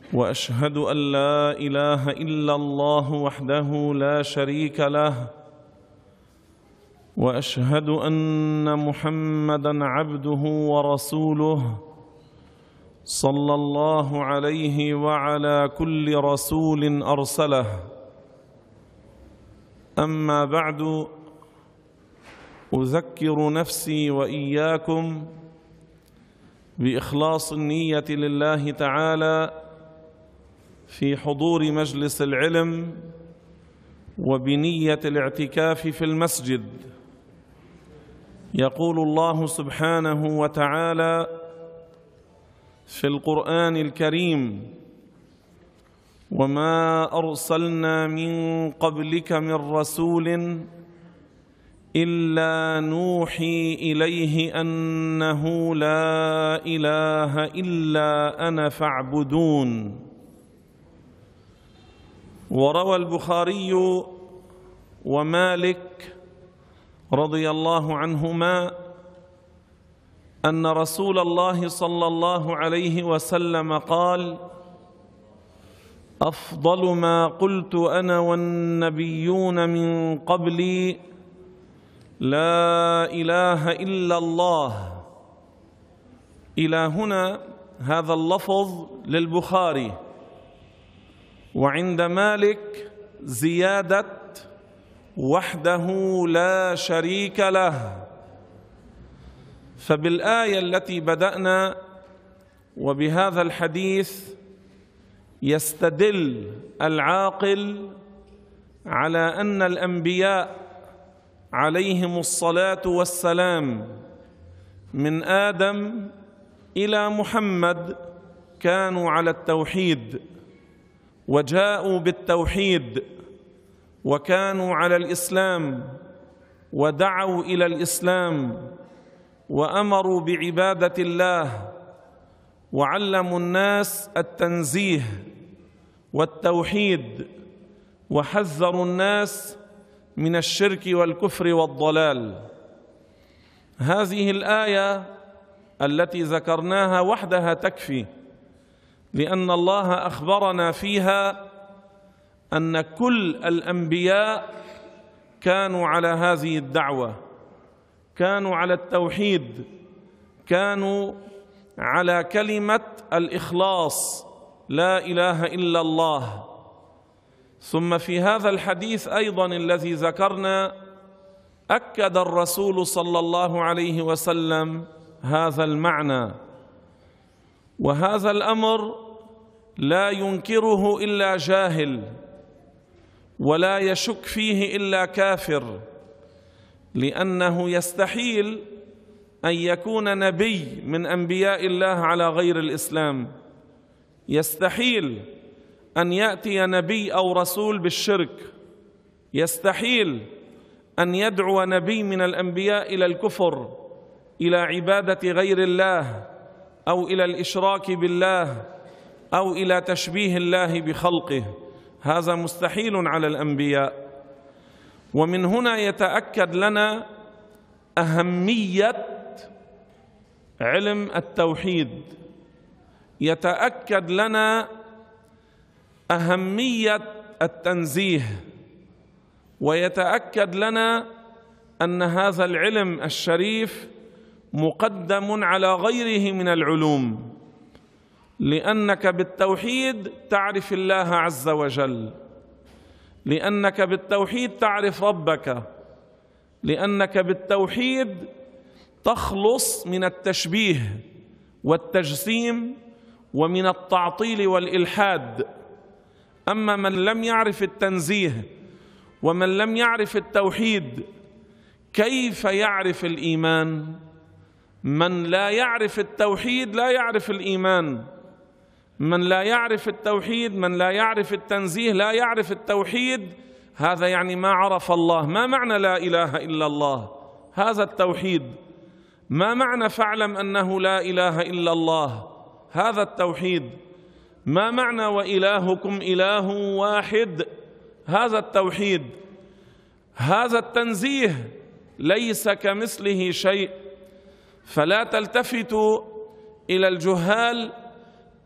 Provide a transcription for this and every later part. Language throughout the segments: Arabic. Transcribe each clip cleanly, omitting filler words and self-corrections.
وأشهد أن لا إله إلا الله وحده لا شريك له، وأشهد أن محمدًا عبده ورسوله صلى الله عليه وعلى كل رسول أرسله. أما بعد، أذكر نفسي وإياكم بإخلاص النية لله تعالى في حضور مجلس العلم وبنية الاعتكاف في المسجد. يقول الله سبحانه وتعالى في القرآن الكريم: وما أرسلنا من قبلك من رسول إلا نوحي إليه أنه لا إله إلا أنا فاعبدون. وروى البخاري ومالك رضي الله عنهما أن رسول الله صلى الله عليه وسلم قال: أفضل ما قلت أنا والنبيون من قبلي لا إله إلا الله. إلى هنا هذا اللفظ للبخاري. وعند مالك زيادة وحده لا شريك له. فبالآية التي بدأنا وبهذا الحديث يستدل العاقل على أن الأنبياء عليهم الصلاة والسلام من آدم إلى محمد كانوا على التوحيد، وجاءوا بالتوحيد، وكانوا على الإسلام، ودعوا إلى الإسلام، وأمروا بعبادة الله، وعلموا الناس التنزيه والتوحيد، وحذروا الناس من الشرك والكفر والضلال. هذه الآية التي ذكرناها وحدها تكفي، لأن الله أخبرنا فيها أن كل الأنبياء كانوا على هذه الدعوة، كانوا على التوحيد، كانوا على كلمة الإخلاص لا إله إلا الله. ثم في هذا الحديث أيضا الذي ذكرنا أكد الرسول صلى الله عليه وسلم هذا المعنى، وهذا الأمر لا ينكره إلا جاهل، ولا يشك فيه إلا كافر، لأنه يستحيل أن يكون نبي من أنبياء الله على غير الإسلام. يستحيل أن يأتي نبي أو رسول بالشرك، يستحيل أن يدعو نبي من الأنبياء إلى الكفر، إلى عبادة غير الله، أو إلى الإشراك بالله، أو إلى تشبيه الله بخلقه. هذا مستحيل على الأنبياء. ومن هنا يتأكد لنا أهمية علم التوحيد، يتأكد لنا أهمية التنزيه، ويتأكد لنا أن هذا العلم الشريف مقدم على غيره من العلوم، لأنك بالتوحيد تعرف الله عز وجل، لأنك بالتوحيد تعرف ربك، لأنك بالتوحيد تخلص من التشبيه والتجسيم ومن التعطيل والإلحاد. أما من لم يعرف التنزيه ومن لم يعرف التوحيد كيف يعرف الإيمان؟ من لا يعرف التوحيد لا يعرف الإيمان، من لا يعرف التوحيد، من لا يعرف التنزيه لا يعرف التوحيد. هذا يعني ما عرف الله. ما معنى لا إله إلا الله؟ هذا التوحيد. ما معنى فاعلم أنه لا إله إلا الله؟ هذا التوحيد. ما معنى وإلهكم إله واحد؟ هذا التوحيد. هذا التنزيه ليس كمثله شيء. فلا تلتفتوا إلى الجهال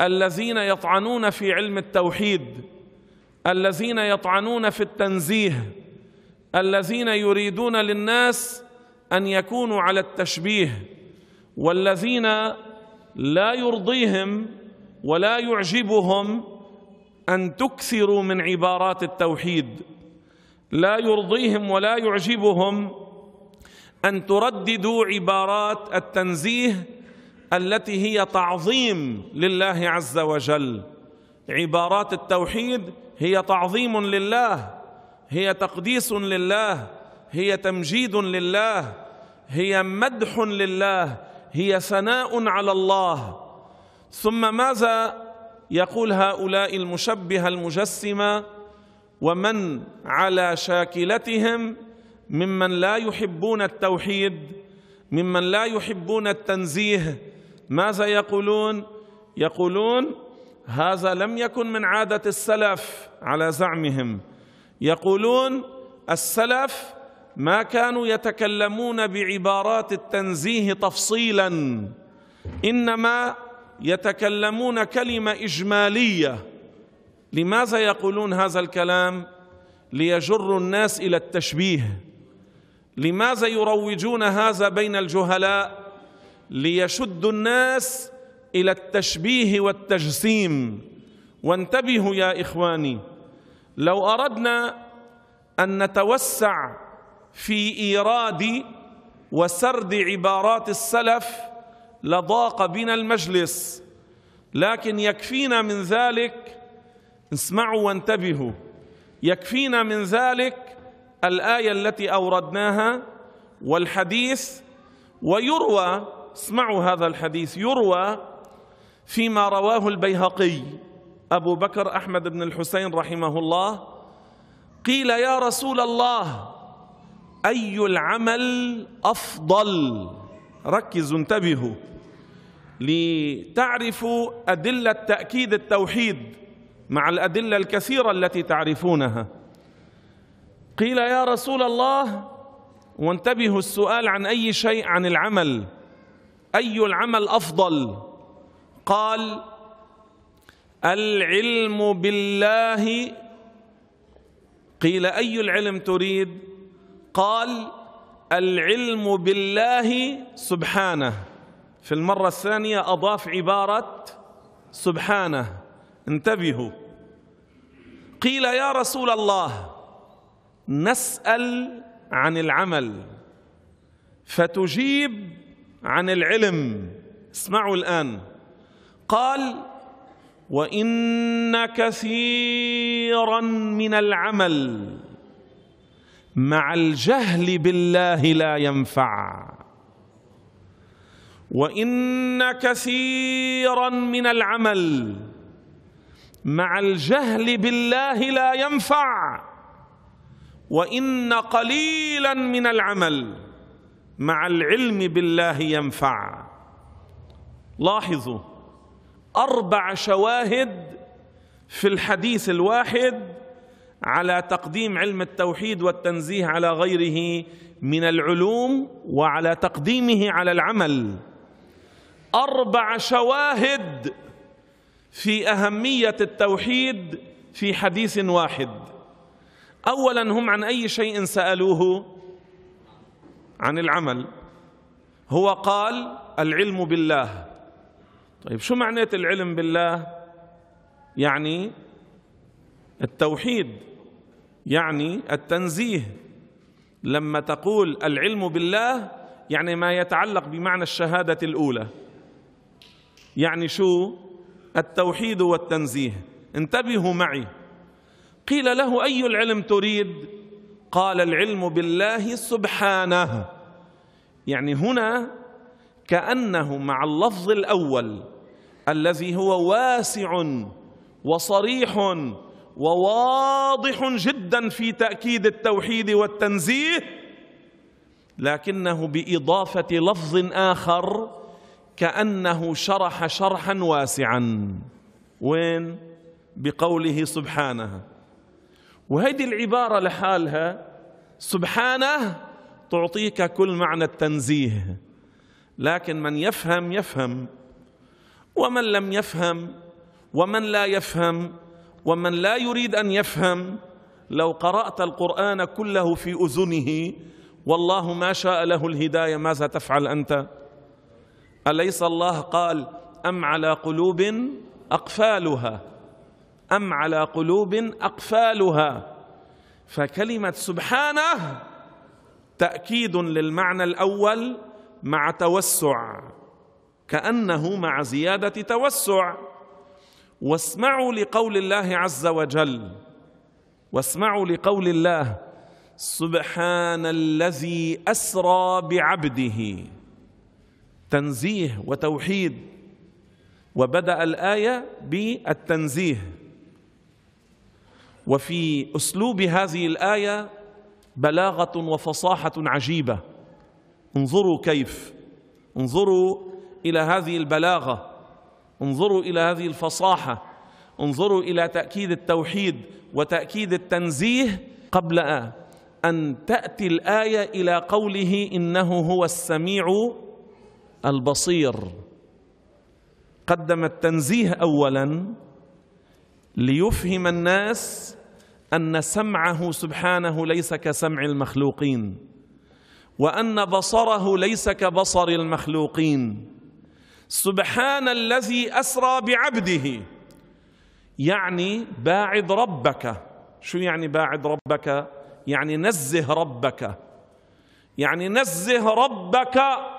الذين يطعنون في علم التوحيد، الذين يطعنون في التنزيه، الذين يريدون للناس أن يكونوا على التشبيه، والذين لا يرضيهم ولا يعجبهم أن تكثروا من عبارات التوحيد، لا يرضيهم ولا يعجبهم أن ترددوا عبارات التنزيه التي هي تعظيم لله عز وجل. عبارات التوحيد هي تعظيم لله، هي تقديس لله، هي تمجيد لله، هي مدح لله، هي ثناء على الله. ثم ماذا يقول هؤلاء المشبهة المجسمة ومن على شاكلتهم ممن لا يحبون التوحيد، ممن لا يحبون التنزيه؟ ماذا يقولون؟ يقولون هذا لم يكن من عادة السلف على زعمهم. يقولون السلف ما كانوا يتكلمون بعبارات التنزيه تفصيلا، إنما يتكلمون كلمة إجمالية. لماذا يقولون هذا الكلام؟ ليجروا الناس إلى التشبيه. لماذا يروجون هذا بين الجهلاء؟ ليشدوا الناس إلى التشبيه والتجسيم. وانتبهوا يا إخواني، لو أردنا أن نتوسع في إيراد وسرد عبارات السلف لضاق بنا المجلس، لكن يكفينا من ذلك، اسمعوا وانتبهوا، يكفينا من ذلك الآية التي أوردناها والحديث. ويروى، اسمعوا هذا الحديث، يروى فيما رواه البيهقي أبو بكر أحمد بن الحسين رحمه الله، قيل يا رسول الله أي العمل أفضل؟ ركزوا انتبهوا لتعرفوا أدلة تأكيد التوحيد مع الأدلة الكثيرة التي تعرفونها. قيل يا رسول الله، وانتبهوا السؤال عن أي شيء، عن العمل، أي العمل أفضل؟ قال العلم بالله. قيل أي العلم تريد؟ قال العلم بالله سبحانه. في المرة الثانية أضاف عبارة سبحانه، انتبهوا. قيل يا رسول الله نسأل عن العمل فتجيب عن العلم. اسمعوا الآن، قال وإن كثيرا من العمل مع الجهل بالله لا ينفع. وإن كثيرا من العمل مع الجهل بالله لا ينفع، وإن قليلا من العمل مع العلم بالله ينفع. لاحظوا 4 شواهد في الحديث الواحد على تقديم علم التوحيد والتنزيه على غيره من العلوم وعلى تقديمه على العمل. 4 شواهد في أهمية التوحيد في حديث واحد. أولا هم عن أي شيء سألوه؟ عن العمل. هو قال العلم بالله. طيب شو معنات العلم بالله؟ يعني التوحيد، يعني التنزيه. لما تقول العلم بالله يعني ما يتعلق بمعنى الشهادة الأولى، يعني شو؟ التوحيد والتنزيه. انتبهوا معي. قيل له أي العلم تريد؟ قال العلم بالله سبحانه. يعني هنا كأنه مع اللفظ الأول الذي هو واسع وصريح وواضح جدا في تأكيد التوحيد والتنزيه، لكنه بإضافة لفظ آخر كأنه شرح شرحا واسعا. وين؟ بقوله سبحانه. وهذه العبارة لحالها سبحانه تعطيك كل معنى التنزيه، لكن من يفهم يفهم، ومن لم يفهم ومن لا يفهم ومن لا يريد أن يفهم، لو قرأت القرآن كله في أذنه والله ما شاء له الهداية، ماذا تفعل أنت؟ أليس الله قال أم على قلوب أقفالها، أم على قلوب أقفالها؟ فكلمة سبحانه تأكيد للمعنى الأول مع توسع، كأنه مع زيادة توسع. واسمعوا لقول الله عز وجل، واسمعوا لقول الله: سبحان الذي أسرى بعبده. تنزيه وتوحيد، وبدأ الآية بالتنزيه. وفي أسلوب هذه الآية بلاغة وفصاحة عجيبة. انظروا كيف، انظروا إلى هذه البلاغة، انظروا إلى هذه الفصاحة، انظروا إلى تأكيد التوحيد وتأكيد التنزيه قبل أن تأتي الآية إلى قوله إنه هو السميع البصير. قدم التنزيه أولا ليفهم الناس أن سمعه سبحانه ليس كسمع المخلوقين، وأن بصره ليس كبصر المخلوقين. سبحان الذي أسرى بعبده، يعني باعد ربك. شو يعني باعد ربك؟ يعني نزه ربك، يعني نزه ربك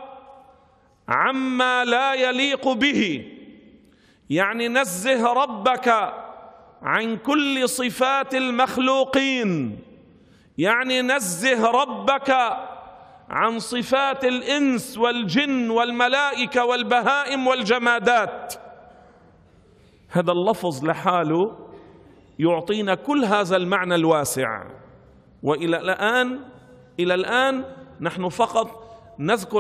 عما لا يليق به، يعني نزه ربك عن كل صفات المخلوقين، يعني نزه ربك عن صفات الإنس والجن والملائكة والبهائم والجمادات. هذا اللفظ لحاله يعطينا كل هذا المعنى الواسع. وإلى الآن نحن فقط نذكر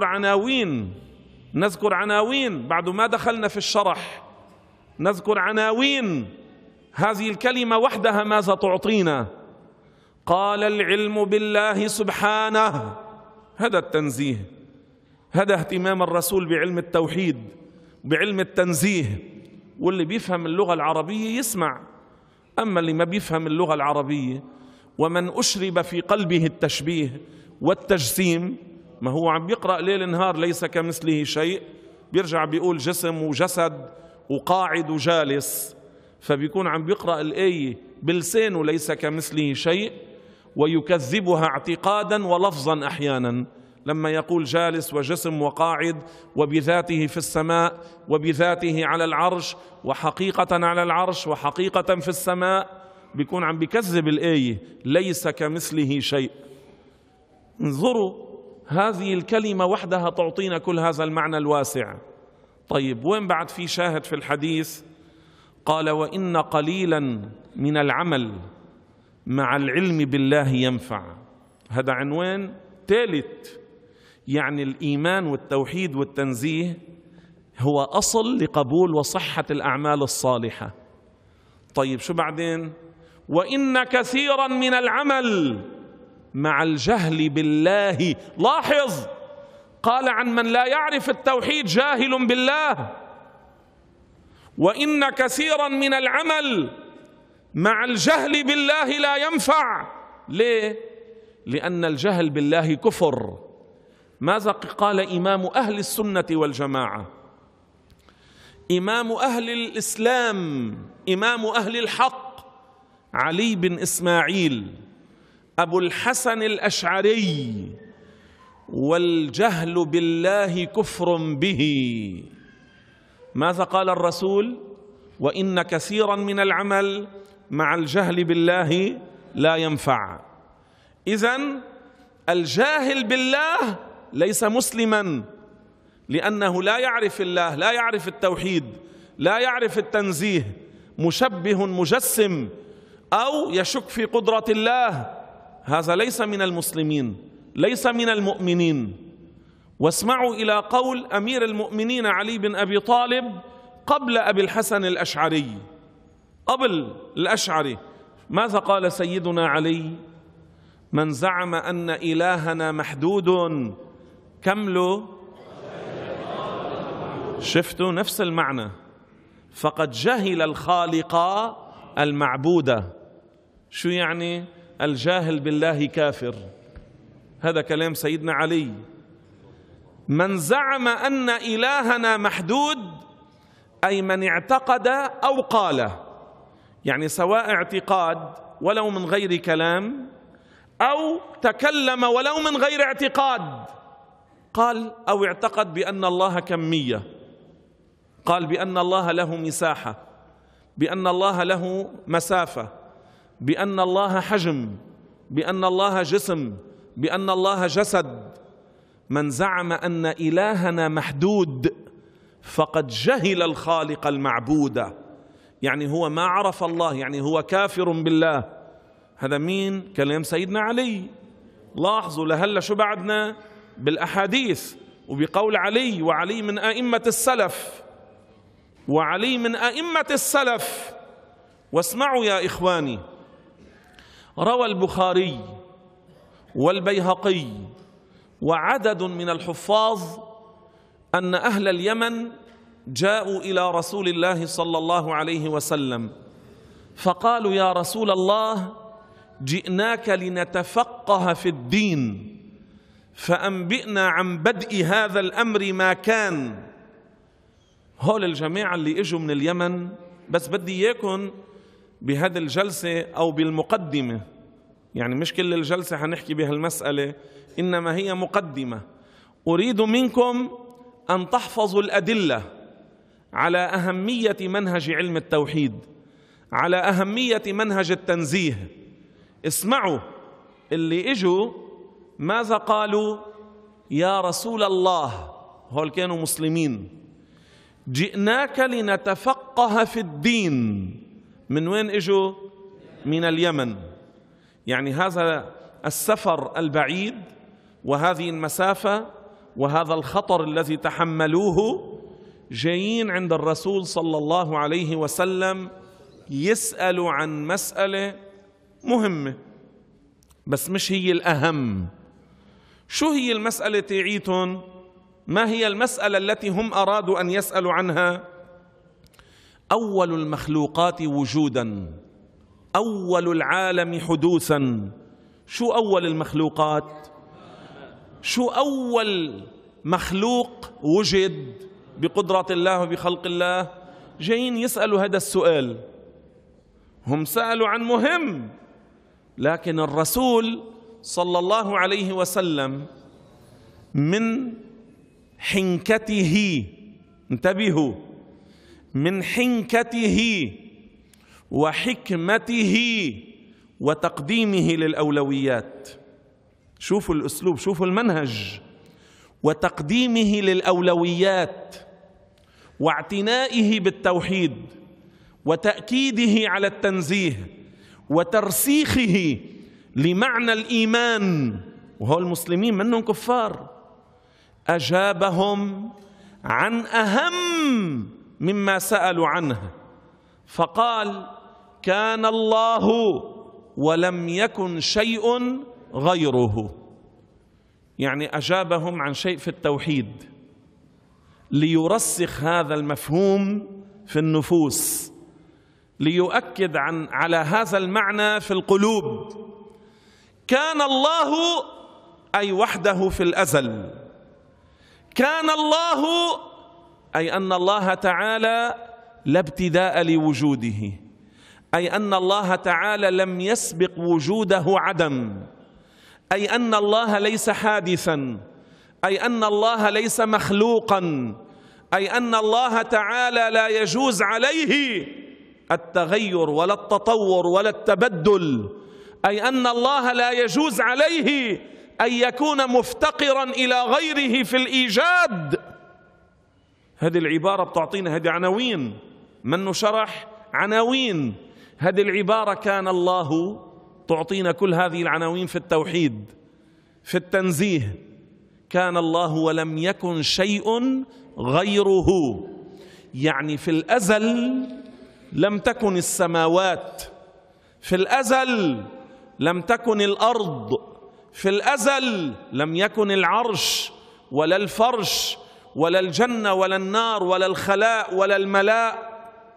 عناوين بعد ما دخلنا في الشرح، نذكر عناوين هذه الكلمة وحدها ماذا تعطينا. قال العلم بالله سبحانه، هذا التنزيه، هذا اهتمام الرسول بعلم التوحيد بعلم التنزيه. واللي بيفهم اللغة العربية يسمع، أما اللي ما بيفهم اللغة العربية ومن أشرب في قلبه التشبيه والتجسيم، ما هو عم بيقرأ ليل نهار ليس كمثله شيء، بيرجع بيقول جسم وجسد وقاعد وجالس، فبيكون عم بيقرأ الآية بلسانه ليس كمثله شيء، ويكذبها اعتقادا ولفظا أحيانا، لما يقول جالس وجسم وقاعد وبذاته في السماء وبذاته على العرش وحقيقة على العرش وحقيقة في السماء، بيكون عم بيكذب الآية ليس كمثله شيء. انظروا، هذه الكلمة وحدها تعطينا كل هذا المعنى الواسع. طيب وين بعد في شاهد في الحديث؟ قال وإن قليلا من العمل مع العلم بالله ينفع. هذا عنوان ثالث، يعني الإيمان والتوحيد والتنزيه هو أصل لقبول وصحة الأعمال الصالحة. طيب شو بعدين؟ وإن كثيرا من العمل مع الجهل بالله. لاحظ، قال عن من لا يعرف التوحيد جاهل بالله. وإن كثيرا من العمل مع الجهل بالله لا ينفع. ليه؟ لأن الجهل بالله كفر. ماذا قال إمام أهل السنة والجماعة، إمام أهل الإسلام، إمام أهل الحق، علي بن إسماعيل أبو الحسن الأشعري: والجهل بالله كفر به. ماذا قال الرسول؟ وإن كثيرا من العمل مع الجهل بالله لا ينفع. إذن الجاهل بالله ليس مسلما، لأنه لا يعرف الله، لا يعرف التوحيد، لا يعرف التنزيه، مشبه مجسم أو يشك في قدرة الله. هذا ليس من المسلمين، ليس من المؤمنين. واسمعوا إلى قول أمير المؤمنين علي بن أبي طالب قبل أبي الحسن الأشعري، قبل الأشعري. ماذا قال سيدنا علي؟ من زعم أن إلهنا محدود كم له؟ شفتوا نفس المعنى. فقد جهل الخالق المعبود. شو يعني الجاهل بالله كافر؟ هذا كلام سيدنا علي. من زعم أن إلهنا محدود أي من اعتقد أو قال، يعني سواء اعتقاد ولو من غير كلام أو تكلم ولو من غير اعتقاد، قال أو اعتقد بأن الله كمية، قال بأن الله له مساحة، بأن الله له مسافة، بأن الله حجم، بأن الله جسم، بأن الله جسد. من زعم أن إلهنا محدود فقد جهل الخالق المعبود، يعني هو ما عرف الله، يعني هو كافر بالله. هذا مين؟ كلام سيدنا علي. لاحظوا لهلا شو بعدنا بالأحاديث وبقول علي، وعلي من أئمة السلف، وعلي من أئمة السلف. واسمعوا يا إخواني، روى البخاري والبيهقي وعدد من الحفاظ أن أهل اليمن جاءوا إلى رسول الله صلى الله عليه وسلم فقالوا: يا رسول الله، جئناك لنتفقه في الدين، فأنبئنا عن بدء هذا الأمر ما كان. هول الجماعة اللي اجوا من اليمن، بس بدي إياكم بهذه الجلسة أو بالمقدمة، يعني مش كل الجلسة حنحكي بهالمسألة، إنما هي مقدمة. أريد منكم أن تحفظوا الأدلة على أهمية منهج علم التوحيد، على أهمية منهج التنزيه. اسمعوا اللي اجوا ماذا قالوا: يا رسول الله، هول كانوا مسلمين، جئناك لنتفقه في الدين. من وين اجوا؟ من اليمن. يعني هذا السفر البعيد وهذه المسافة وهذا الخطر الذي تحملوه، جايين عند الرسول صلى الله عليه وسلم يسألوا عن مسألة مهمة، بس مش هي الأهم. شو هي المسألة تاعيتهم؟ ما هي المسألة التي هم أرادوا أن يسألوا عنها؟ أول المخلوقات وجودا، أول العالم حدوثا. شو أول المخلوقات؟ شو أول مخلوق وجد بقدرة الله وبخلق الله؟ جايين يسألوا هذا السؤال. هم سألوا عن مهم، لكن الرسول صلى الله عليه وسلم من حنكته، انتبهوا، من حنكته وحكمته وتقديمه للأولويات. شوفوا الأسلوب، شوفوا المنهج. وتقديمه للأولويات واعتنائه بالتوحيد وتأكيده على التنزيه وترسيخه لمعنى الإيمان. وهو المسلمين منهم كفار، أجابهم عن أهم مما سألوا عنه، فقال: كان الله ولم يكن شيء غيره. يعني أجابهم عن شيء في التوحيد ليرسخ هذا المفهوم في النفوس، ليؤكد على هذا المعنى في القلوب. كان الله أي وحده في الأزل، كان الله أي أن الله تعالى لا ابتداء لوجوده، أي أن الله تعالى لم يسبق وجوده عدم، أي أن الله ليس حادثا، أي أن الله ليس مخلوقا، أي أن الله تعالى لا يجوز عليه التغير ولا التطور ولا التبدل، أي أن الله لا يجوز عليه أن يكون مفتقرا إلى غيره في الإيجاد. هذه العبارة بتعطينا، هذه عناوين، منه شرح، عناوين. هذه العبارة كان الله تعطينا كل هذه العناوين في التوحيد، في التنزيه. كان الله ولم يكن شيء غيره، يعني في الأزل لم تكن السماوات، في الأزل لم تكن الأرض، في الأزل لم يكن العرش ولا الفرش ولا الجنة ولا النار ولا الخلاء ولا الملاء.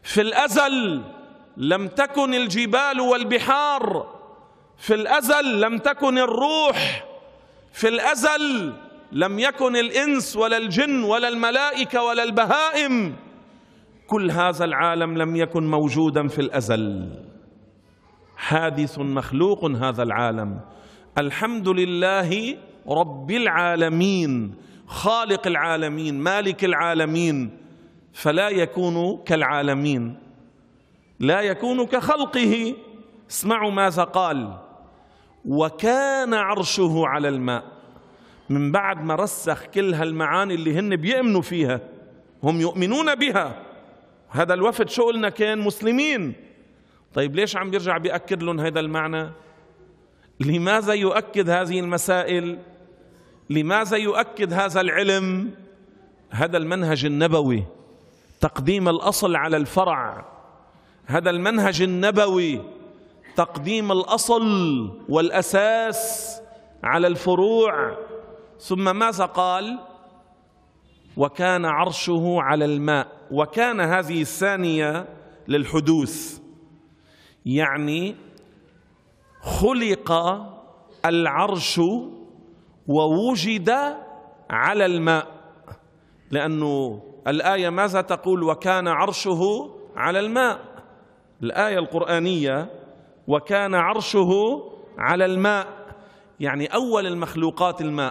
في الأزل لم تكن الجبال والبحار، في الأزل لم تكن الروح، في الأزل لم يكن الإنس ولا الجن ولا الملائكة ولا البهائم. كل هذا العالم لم يكن موجودا في الأزل، حادث مخلوق هذا العالم. الحمد لله رب العالمين، خالق العالمين، مالك العالمين، فلا يكون كالعالمين، لا يكون كخلقه. اسمعوا ماذا قال: وكان عرشه على الماء. من بعد ما رسخ كل هالمعاني اللي هن بيؤمنوا فيها، هم يؤمنون بها. هذا الوفد شو قلنا كان مسلمين. طيب ليش عم بيرجع بيأكد لهم هذا المعنى؟ لماذا يؤكد هذه المسائل؟ لماذا يؤكد هذا العلم؟ هذا المنهج النبوي، تقديم الأصل على الفرع. هذا المنهج النبوي، تقديم الأصل والأساس على الفروع. ثم ماذا قال؟ وكان عرشه على الماء. وكان هذه الثانية للحدوث، يعني خلق العرش ووجد على الماء، لأنه الآية ماذا تقول؟ وكان عرشه على الماء. الآية القرآنية وكان عرشه على الماء، يعني أول المخلوقات الماء،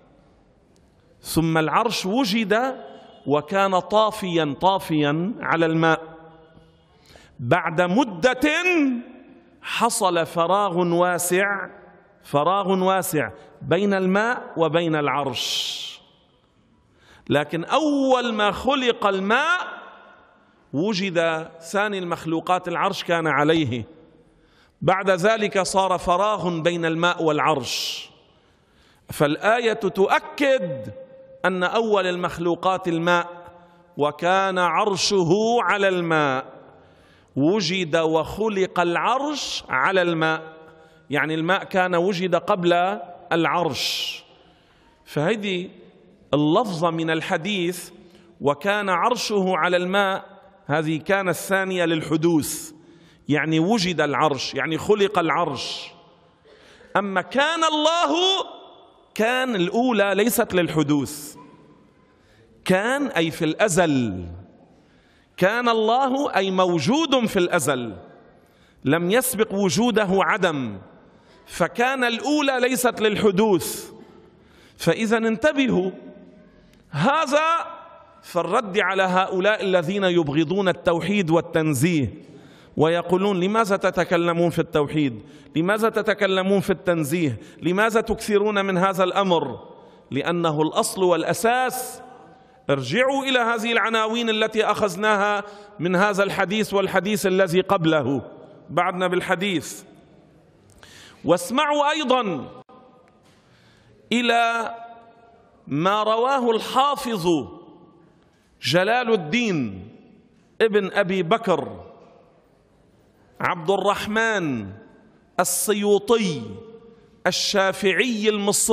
ثم العرش وجد وكان طافيا على الماء. بعد مدة حصل فراغ واسع بين الماء وبين العرش. لكن أول ما خلق الماء وجد ثاني المخلوقات العرش كان عليه. بعد ذلك صار فراغ بين الماء والعرش. فالآية تؤكد أن أول المخلوقات الماء، وكان عرشه على الماء. وجد وخلق العرش على الماء، يعني الماء كان وجد قبل العرش. فهذه اللفظة من الحديث وكان عرشه على الماء، هذه كانت الثانية للحدوث، يعني وجد العرش، يعني خلق العرش. أما كان الله، كان الأولى ليست للحدوث، كان أي في الأزل. كان الله أي موجود في الأزل، لم يسبق وجوده عدم، فكان الأولى ليست للحدوث. فإذا انتبهوا، هذا في الرد على هؤلاء الذين يبغضون التوحيد والتنزيه ويقولون لماذا تتكلمون في التوحيد؟ لماذا تتكلمون في التنزيه؟ لماذا تكثرون من هذا الأمر؟ لأنه الأصل والأساس. ارجعوا إلى هذه العناوين التي أخذناها من هذا الحديث والحديث الذي قبله، بعدنا بالحديث. واسمعوا أيضا إلى ما رواه الحافظ جلال الدين ابن أبي بكر عبد الرحمن السيوطي الشافعي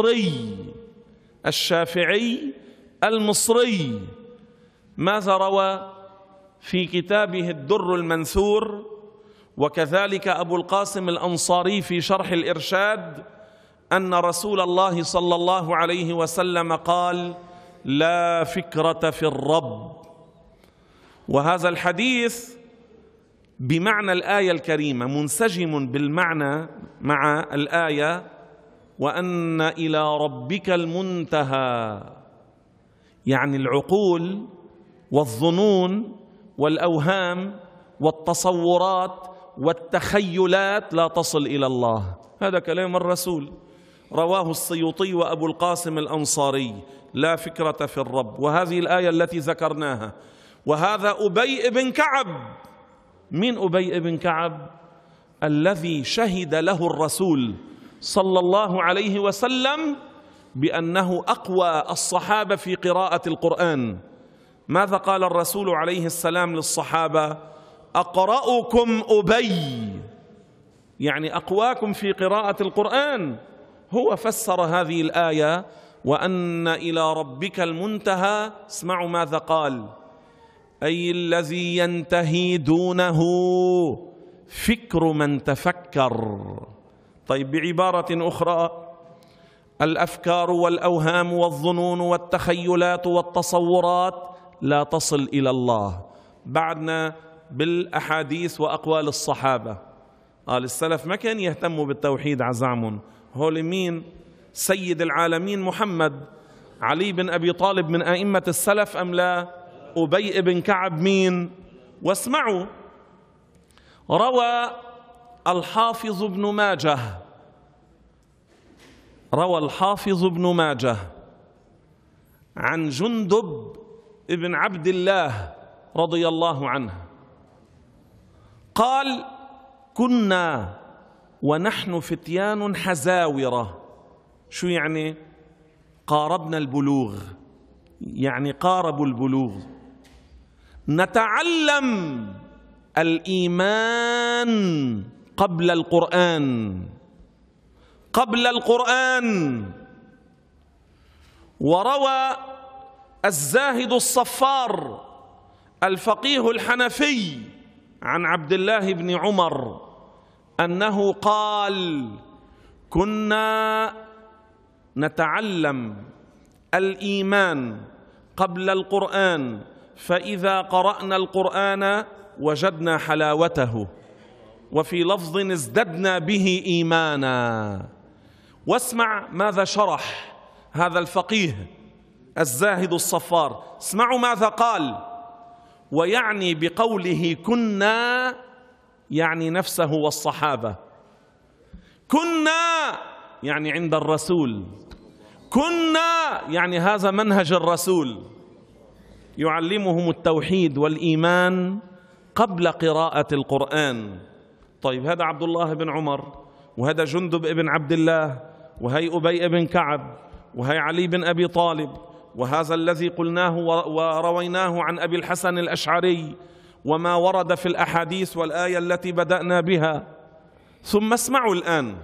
المصري. ماذا روى في كتابه الدر المنثور، وكذلك أبو القاسم الأنصاري في شرح الإرشاد، أن رسول الله صلى الله عليه وسلم قال: لا فكرة في الرب. وهذا الحديث بمعنى الآية الكريمة، منسجم بالمعنى مع الآية: وأن إلى ربك المنتهى، يعني العقول والظنون والأوهام والتصورات والتخيلات لا تصل إلى الله. هذا كلام الرسول، رواه السيوطي وأبو القاسم الأنصاري: لا فكرة في الرب. وهذه الآية التي ذكرناها. وهذا أبي بن كعب. من أبي بن كعب؟ الذي شهد له الرسول صلى الله عليه وسلم بأنه أقوى الصحابة في قراءة القرآن. ماذا قال الرسول عليه السلام للصحابة؟ أقرأكم أبي، يعني أقواكم في قراءة القرآن. هو فسر هذه الآية: وأن إلى ربك المنتهى. اسمعوا ماذا قال: أي الذي ينتهي دونه فكر من تفكر. طيب بعبارة أخرى، الأفكار والأوهام والظنون والتخيلات والتصورات لا تصل إلى الله. بعدنا بالأحاديث وأقوال الصحابة، قال السلف ما كان يهتموا بالتوحيد عزعمهم. هول مين؟ سيد العالمين محمد. علي بن أبي طالب من أئمة السلف أم لا؟ أبي بن كعب مين؟ واسمعوا، روى الحافظ ابن ماجه عن جندب ابن عبد الله رضي الله عنه قال: كنا ونحن فتيان حزاورة. شو يعني؟ قاربنا البلوغ، يعني قاربوا البلوغ. نتعلم الإيمان قبل القرآن. وروى الزاهد الصفار الفقيه الحنفي عن عبد الله بن عمر أنه قال: كنا نتعلم الإيمان قبل القرآن، فإذا قرأنا القرآن وجدنا حلاوته، وفي لفظ ازددنا به إيمانا. واسمع ماذا شرح هذا الفقيه الزاهد الصفار، اسمعوا ماذا قال. ويعني بقوله كنا يعني نفسه والصحابة، كنا يعني عند الرسول، كنا يعني هذا منهج الرسول، يعلمهم التوحيد والإيمان قبل قراءة القرآن. طيب هذا عبد الله بن عمر، وهذا جندب بن عبد الله، وهي أبي بن كعب، وهي علي بن أبي طالب، وهذا الذي قلناه ورويناه عن أبي الحسن الأشعري، وما ورد في الأحاديث والآية التي بدأنا بها. ثم اسمعوا الآن،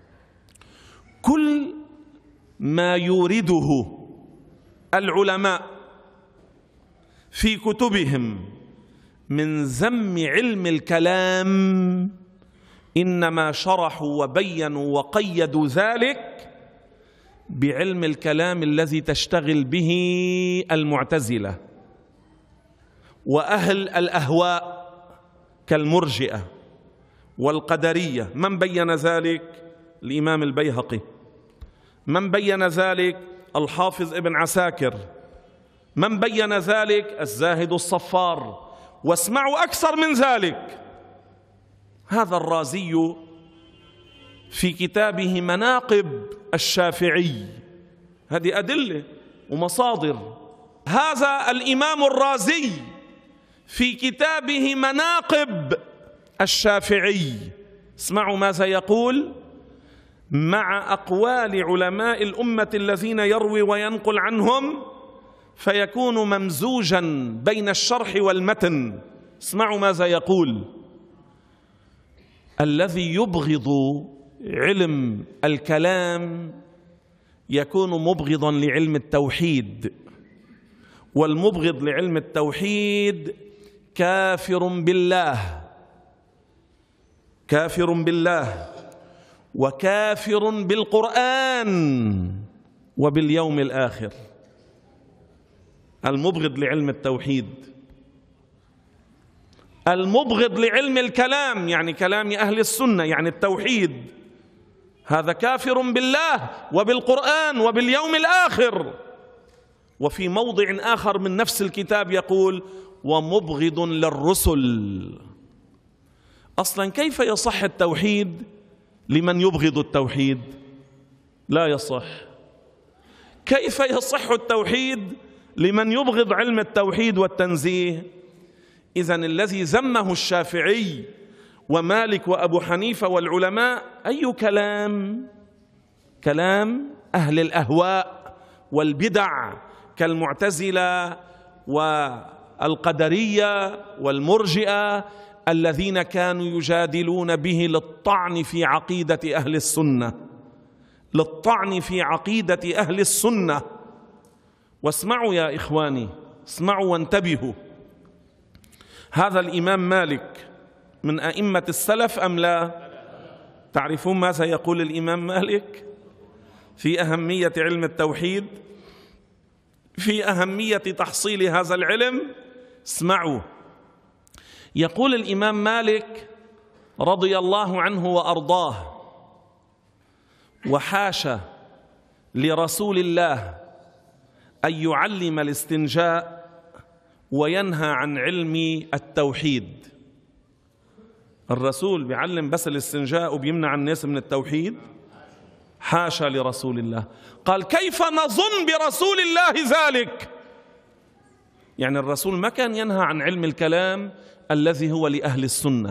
كل ما يورده العلماء في كتبهم من ذم علم الكلام إنما شرحوا وبينوا وقيدوا ذلك بعلم الكلام الذي تشتغل به المعتزلة وأهل الأهواء كالمرجئة والقدرية. من بين ذلك؟ الإمام البيهقي. من بين ذلك؟ الحافظ ابن عساكر. من بين ذلك؟ الزاهد الصفار. واسمعوا أكثر من ذلك، هذا الرازي في كتابه مناقب الشافعي، هذه أدلة ومصادر. هذا الإمام الرازي في كتابه مناقب الشافعي، اسمعوا ماذا يقول: مع أقوال علماء الأمة الذين يروي وينقل عنهم فيكون ممزوجا بين الشرح والمتن. اسمعوا ماذا يقول: الذي يبغض علم الكلام يكون مبغضا لعلم التوحيد، والمبغض لعلم التوحيد كافر بالله وكافر بالقرآن وباليوم الآخر. المبغض لعلم التوحيد، المبغض لعلم الكلام يعني كلام أهل السنة يعني التوحيد، هذا كافر بالله وبالقرآن وباليوم الآخر. وفي موضع آخر من نفس الكتاب يقول: ومبغض للرسل. أصلا كيف يصح التوحيد لمن يبغض التوحيد؟ لا يصح. كيف يصح التوحيد لمن يبغض علم التوحيد والتنزيه؟ إذن الذي ذمه الشافعي ومالك وأبو حنيفة والعلماء أي كلام؟ كلام أهل الأهواء والبدع كالمعتزلة والقدرية والمرجئة الذين كانوا يجادلون به للطعن في عقيدة أهل السنة، للطعن في عقيدة أهل السنة. واسمعوا يا إخواني، اسمعوا وانتبهوا، هذا الإمام مالك من أئمة السلف أم لا؟ تعرفون ماذا يقول الإمام مالك في أهمية علم التوحيد، في أهمية تحصيل هذا العلم؟ اسمعوا، يقول الإمام مالك رضي الله عنه وأرضاه: وحاشا لرسول الله أن يعلم الاستنجاء وينهى عن علم التوحيد. الرسول بيعلم بس الاستنجاء وبيمنع الناس من التوحيد؟ حاشا لرسول الله. قال: كيف نظن برسول الله ذلك؟ يعني الرسول ما كان ينهى عن علم الكلام الذي هو لأهل السنة.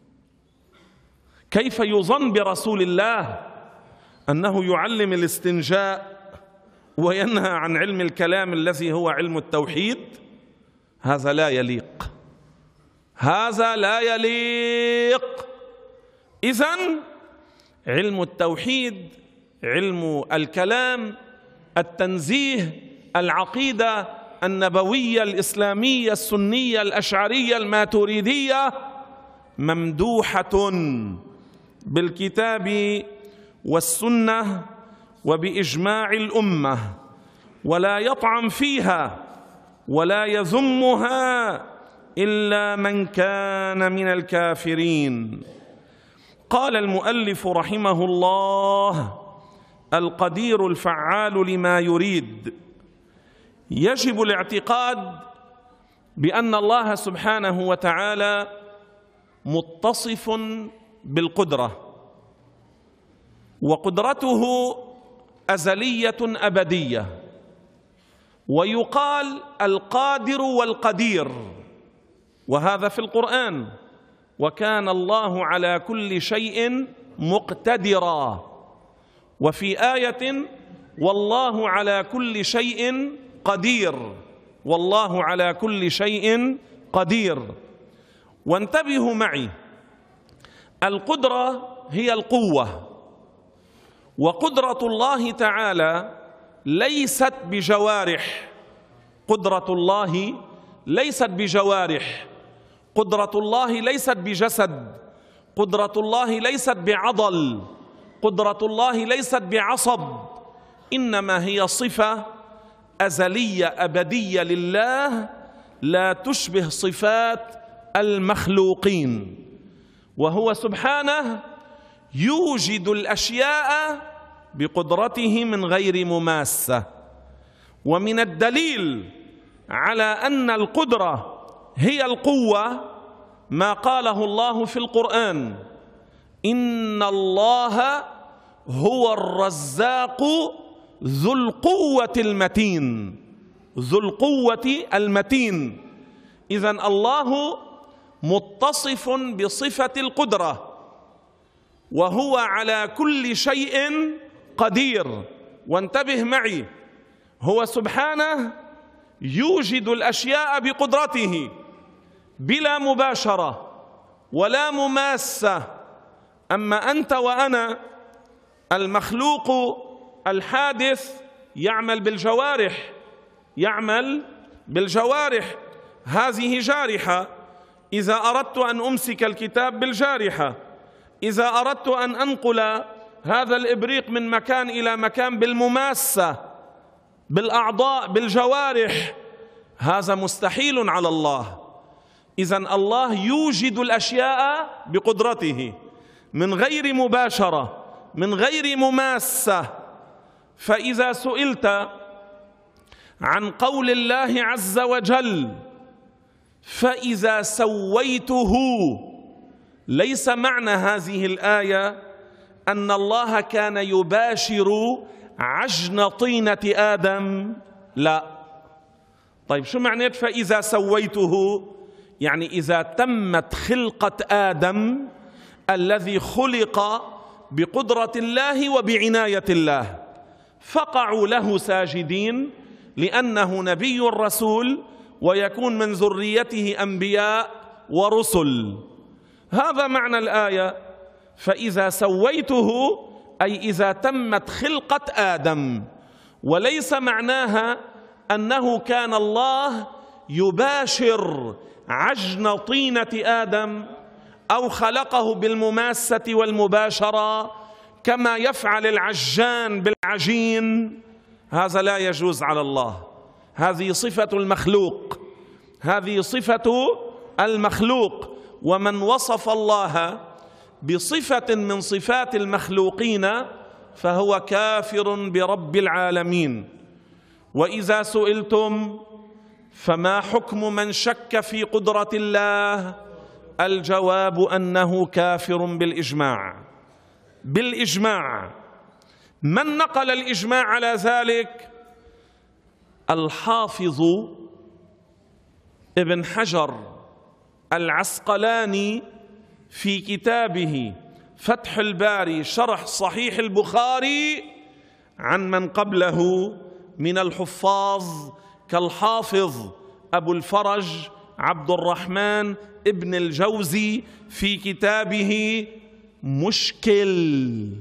كيف يظن برسول الله أنه يعلم الاستنجاء وينهى عن علم الكلام الذي هو علم التوحيد؟ هذا لا يليق، هذا لا يليق. إذن علم التوحيد، علم الكلام، التنزيه، العقيدة النبوية الإسلامية السنية الأشعرية الماتريدية ممدوحة بالكتاب والسنة وبإجماع الأمة، ولا يطعن فيها ولا يذمها إلا من كان من الكافرين. قال المؤلف رحمه الله: القدير الفعال لما يريد. يجب الاعتقاد بأن الله سبحانه وتعالى متصف بالقدرة، وقدرته أزلية أبدية، ويقال القادر والقدير، وهذا في القرآن: وكان الله على كل شيء مقتدرا. وفي آية: والله على كل شيء قدير، والله على كل شيء قدير. وانتبهوا معي، القدرة هي القوة، وقدرة الله تعالى ليست بجوارح. قدرة الله ليست بجوارح، قدرة الله ليست بجسد، قدرة الله ليست بعضل، قدرة الله ليست بعصب، إنما هي صفة أزلية أبدية لله لا تشبه صفات المخلوقين. وهو سبحانه يوجد الأشياء بقدرته من غير مماسة. ومن الدليل على أن القدرة هي القوة ما قاله الله في القرآن: إن الله هو الرزاق ذو القوة المتين، ذو القوة المتين. إذن الله متصف بصفة القدرة، وهو على كل شيء قدير. وانتبه معي، هو سبحانه يوجد الأشياء بقدرته بلا مباشرة ولا مماسة. أما أنت وأنا المخلوق الحادث يعمل بالجوارح، يعمل بالجوارح. هذه جارحة، إذا أردت أن أمسك الكتاب بالجارحة، إذا أردت أن أنقل هذا الإبريق من مكان إلى مكان بالمماسة، بالأعضاء، بالجوارح، هذا مستحيل على الله. إذن الله يوجد الأشياء بقدرته من غير مباشرة، من غير مماسة. فإذا سئلت عن قول الله عز وجل: فإذا سويته، ليس معنى هذه الآية أن الله كان يباشر عجن طينة آدم، لا. طيب شو معنى فإذا سويته؟ يعني إذا تمت خلقة آدم الذي خلق بقدرة الله وبعناية الله، فقعوا له ساجدين لأنه نبي رسول ويكون من ذريته أنبياء ورسل. هذا معنى الآية: فإذا سويته، أي إذا تمت خلقة آدم. وليس معناها أنه كان الله يباشر عجن طينة آدم أو خلقه بالمماسة والمباشرة كما يفعل العجان بالعجين، هذا لا يجوز على الله. هذه صفة المخلوق، هذه صفة المخلوق. ومن وصف الله بصفة من صفات المخلوقين فهو كافر برب العالمين. وإذا سئلتم فما حكم من شك في قدرة الله؟ الجواب أنه كافر بالإجماع. بالإجماع. من نقل الإجماع على ذلك؟ الحافظ ابن حجر العسقلاني في كتابه فتح الباري شرح صحيح البخاري عن من قبله من الحفاظ كالحافظ أبو الفرج عبد الرحمن ابن الجوزي في كتابه مشكل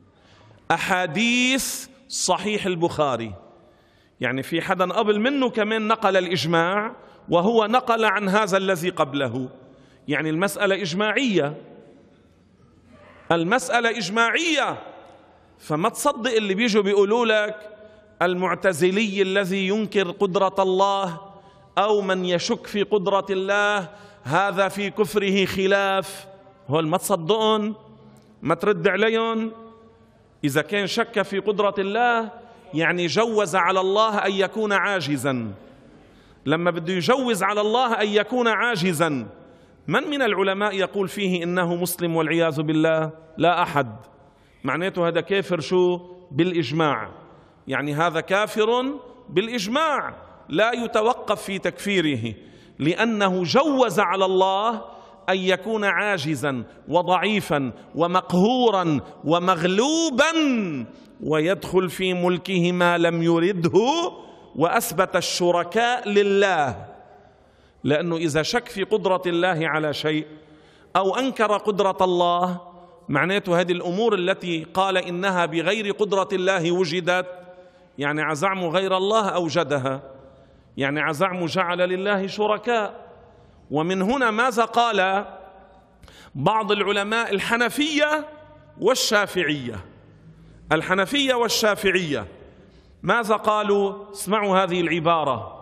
أحاديث صحيح البخاري. يعني في حدا قبل منه كمان نقل الإجماع وهو نقل عن هذا الذي قبله. يعني المسألة إجماعية، المسألة إجماعية. فما تصدق اللي بيجوا بيقولوا لك المعتزلي الذي ينكر قدرة الله أو من يشك في قدرة الله هذا في كفره خلاف. هول ما تصدقون، ما ترد عليهم. إذا كان شك في قدرة الله يعني جوز على الله أن يكون عاجزا. لما بده يجوز على الله أن يكون عاجزا، من العلماء يقول فيه إنه مسلم والعياذ بالله؟ لا أحد. معناته هذا كافر شو؟ بالإجماع. يعني هذا كافر بالإجماع، لا يتوقف في تكفيره، لأنه جوز على الله أن يكون عاجزا وضعيفا ومقهورا ومغلوبا ويدخل في ملكه ما لم يرده، وأثبت الشركاء لله. لأنه إذا شك في قدرة الله على شيء أو أنكر قدرة الله، معناته هذه الأمور التي قال إنها بغير قدرة الله وجدت، يعني عزعم غير الله أوجدها، يعني عزعم جعل لله شركاء. ومن هنا ماذا قال بعض العلماء الحنفية والشافعية؟ الحنفية والشافعية ماذا قالوا؟ اسمعوا هذه العبارة: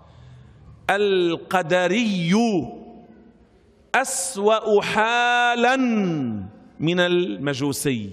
القدري أسوأ حالا من المجوسي.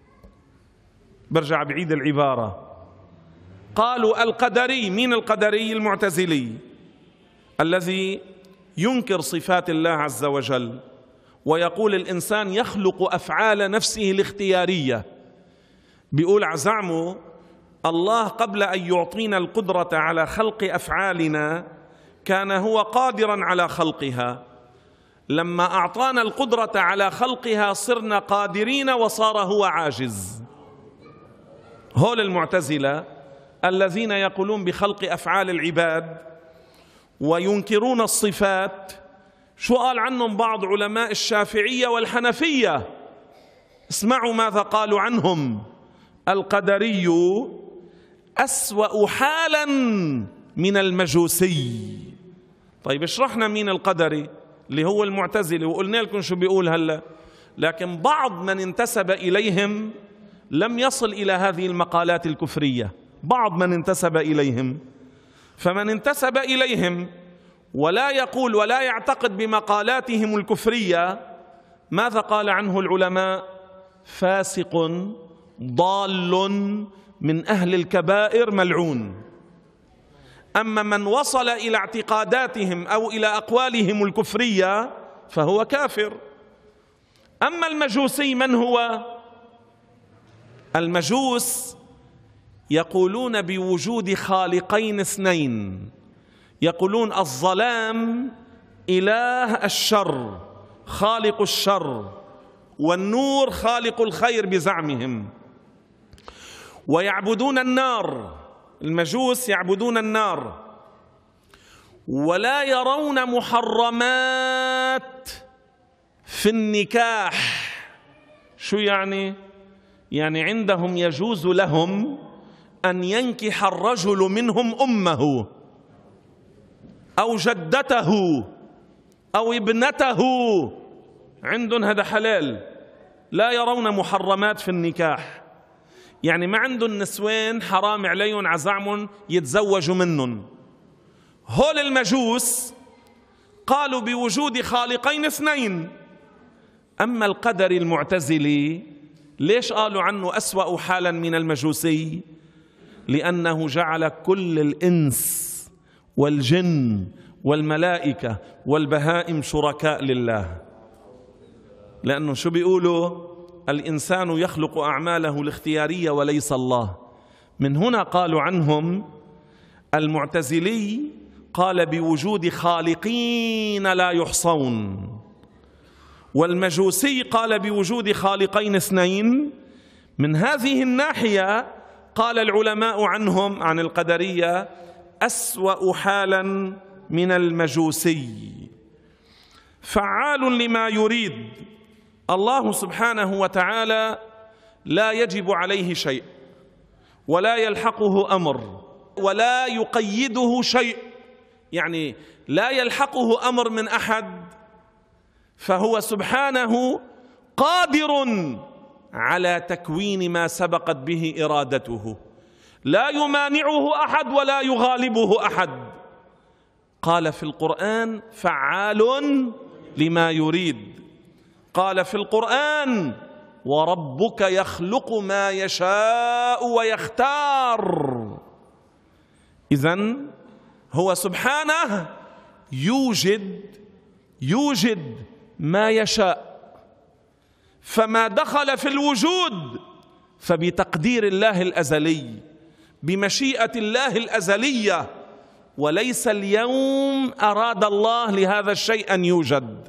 برجع بعيد العبارة. قالوا القدري، مين القدري؟ المعتزلي الذي ينكر صفات الله عز وجل ويقول الإنسان يخلق أفعال نفسه الاختيارية. بيقول عزعمه الله قبل أن يعطينا القدرة على خلق أفعالنا كان هو قادرا على خلقها، لما أعطانا القدرة على خلقها صرنا قادرين وصار هو عاجز. هول المعتزلة الذين يقولون بخلق أفعال العباد وينكرون الصفات. شو قال عنهم بعض علماء الشافعية والحنفية؟ اسمعوا ماذا قالوا عنهم: القدري أسوأ حالا من المجوسي. طيب اشرحنا مين القدري اللي هو المعتزلي، وقلنا لكم شو بيقول هلا. لكن بعض من انتسب إليهم لم يصل إلى هذه المقالات الكفرية، بعض من انتسب إليهم. فمن انتسب إليهم ولا يقول ولا يعتقد بمقالاتهم الكفرية، ماذا قال عنه العلماء؟ فاسق ضال من أهل الكبائر ملعون. أما من وصل إلى اعتقاداتهم أو إلى أقوالهم الكفرية فهو كافر. أما المجوسي من هو؟ المجوس يقولون بوجود خالقين اثنين، يقولون الظلام إله الشر خالق الشر، والنور خالق الخير بزعمهم، ويعبدون النار. المجوس يعبدون النار ولا يرون محرمات في النكاح. شو يعني؟ يعني عندهم يجوز لهم أن ينكح الرجل منهم أمه أو جدته أو ابنته، عندهم هذا حلال، لا يرون محرمات في النكاح، يعني ما عندهم نسوان حرام عليهم عزعمهم يتزوجوا منهم. هول المجوس قالوا بوجود خالقين اثنين. أما القدري المعتزلي ليش قالوا عنه أسوأ حالا من المجوسي؟ لأنه جعل كل الإنس والجن والملائكة والبهائم شركاء لله. لأنه شو بيقولوا؟ الإنسان يخلق أعماله الاختيارية وليس الله. من هنا قالوا عنهم المعتزلي قال بوجود خالقين لا يحصون، والمجوسي قال بوجود خالقين اثنين. من هذه الناحية قال العلماء عنهم عن القدرية أسوأ حالا من المجوسي. فعال لما يريد. الله سبحانه وتعالى لا يجب عليه شيء ولا يلحقه أمر ولا يقيده شيء، يعني لا يلحقه أمر من أحد، فهو سبحانه قادر على تكوين ما سبقت به إرادته، لا يمانعه أحد ولا يغالبه أحد. قال في القرآن فعال لما يريد. قال في القرآن وربك يخلق ما يشاء ويختار. إذن هو سبحانه يوجد ما يشاء، فما دخل في الوجود فبتقدير الله الأزلي، بمشيئة الله الأزلية، وليس اليوم أراد الله لهذا الشيء أن يوجد.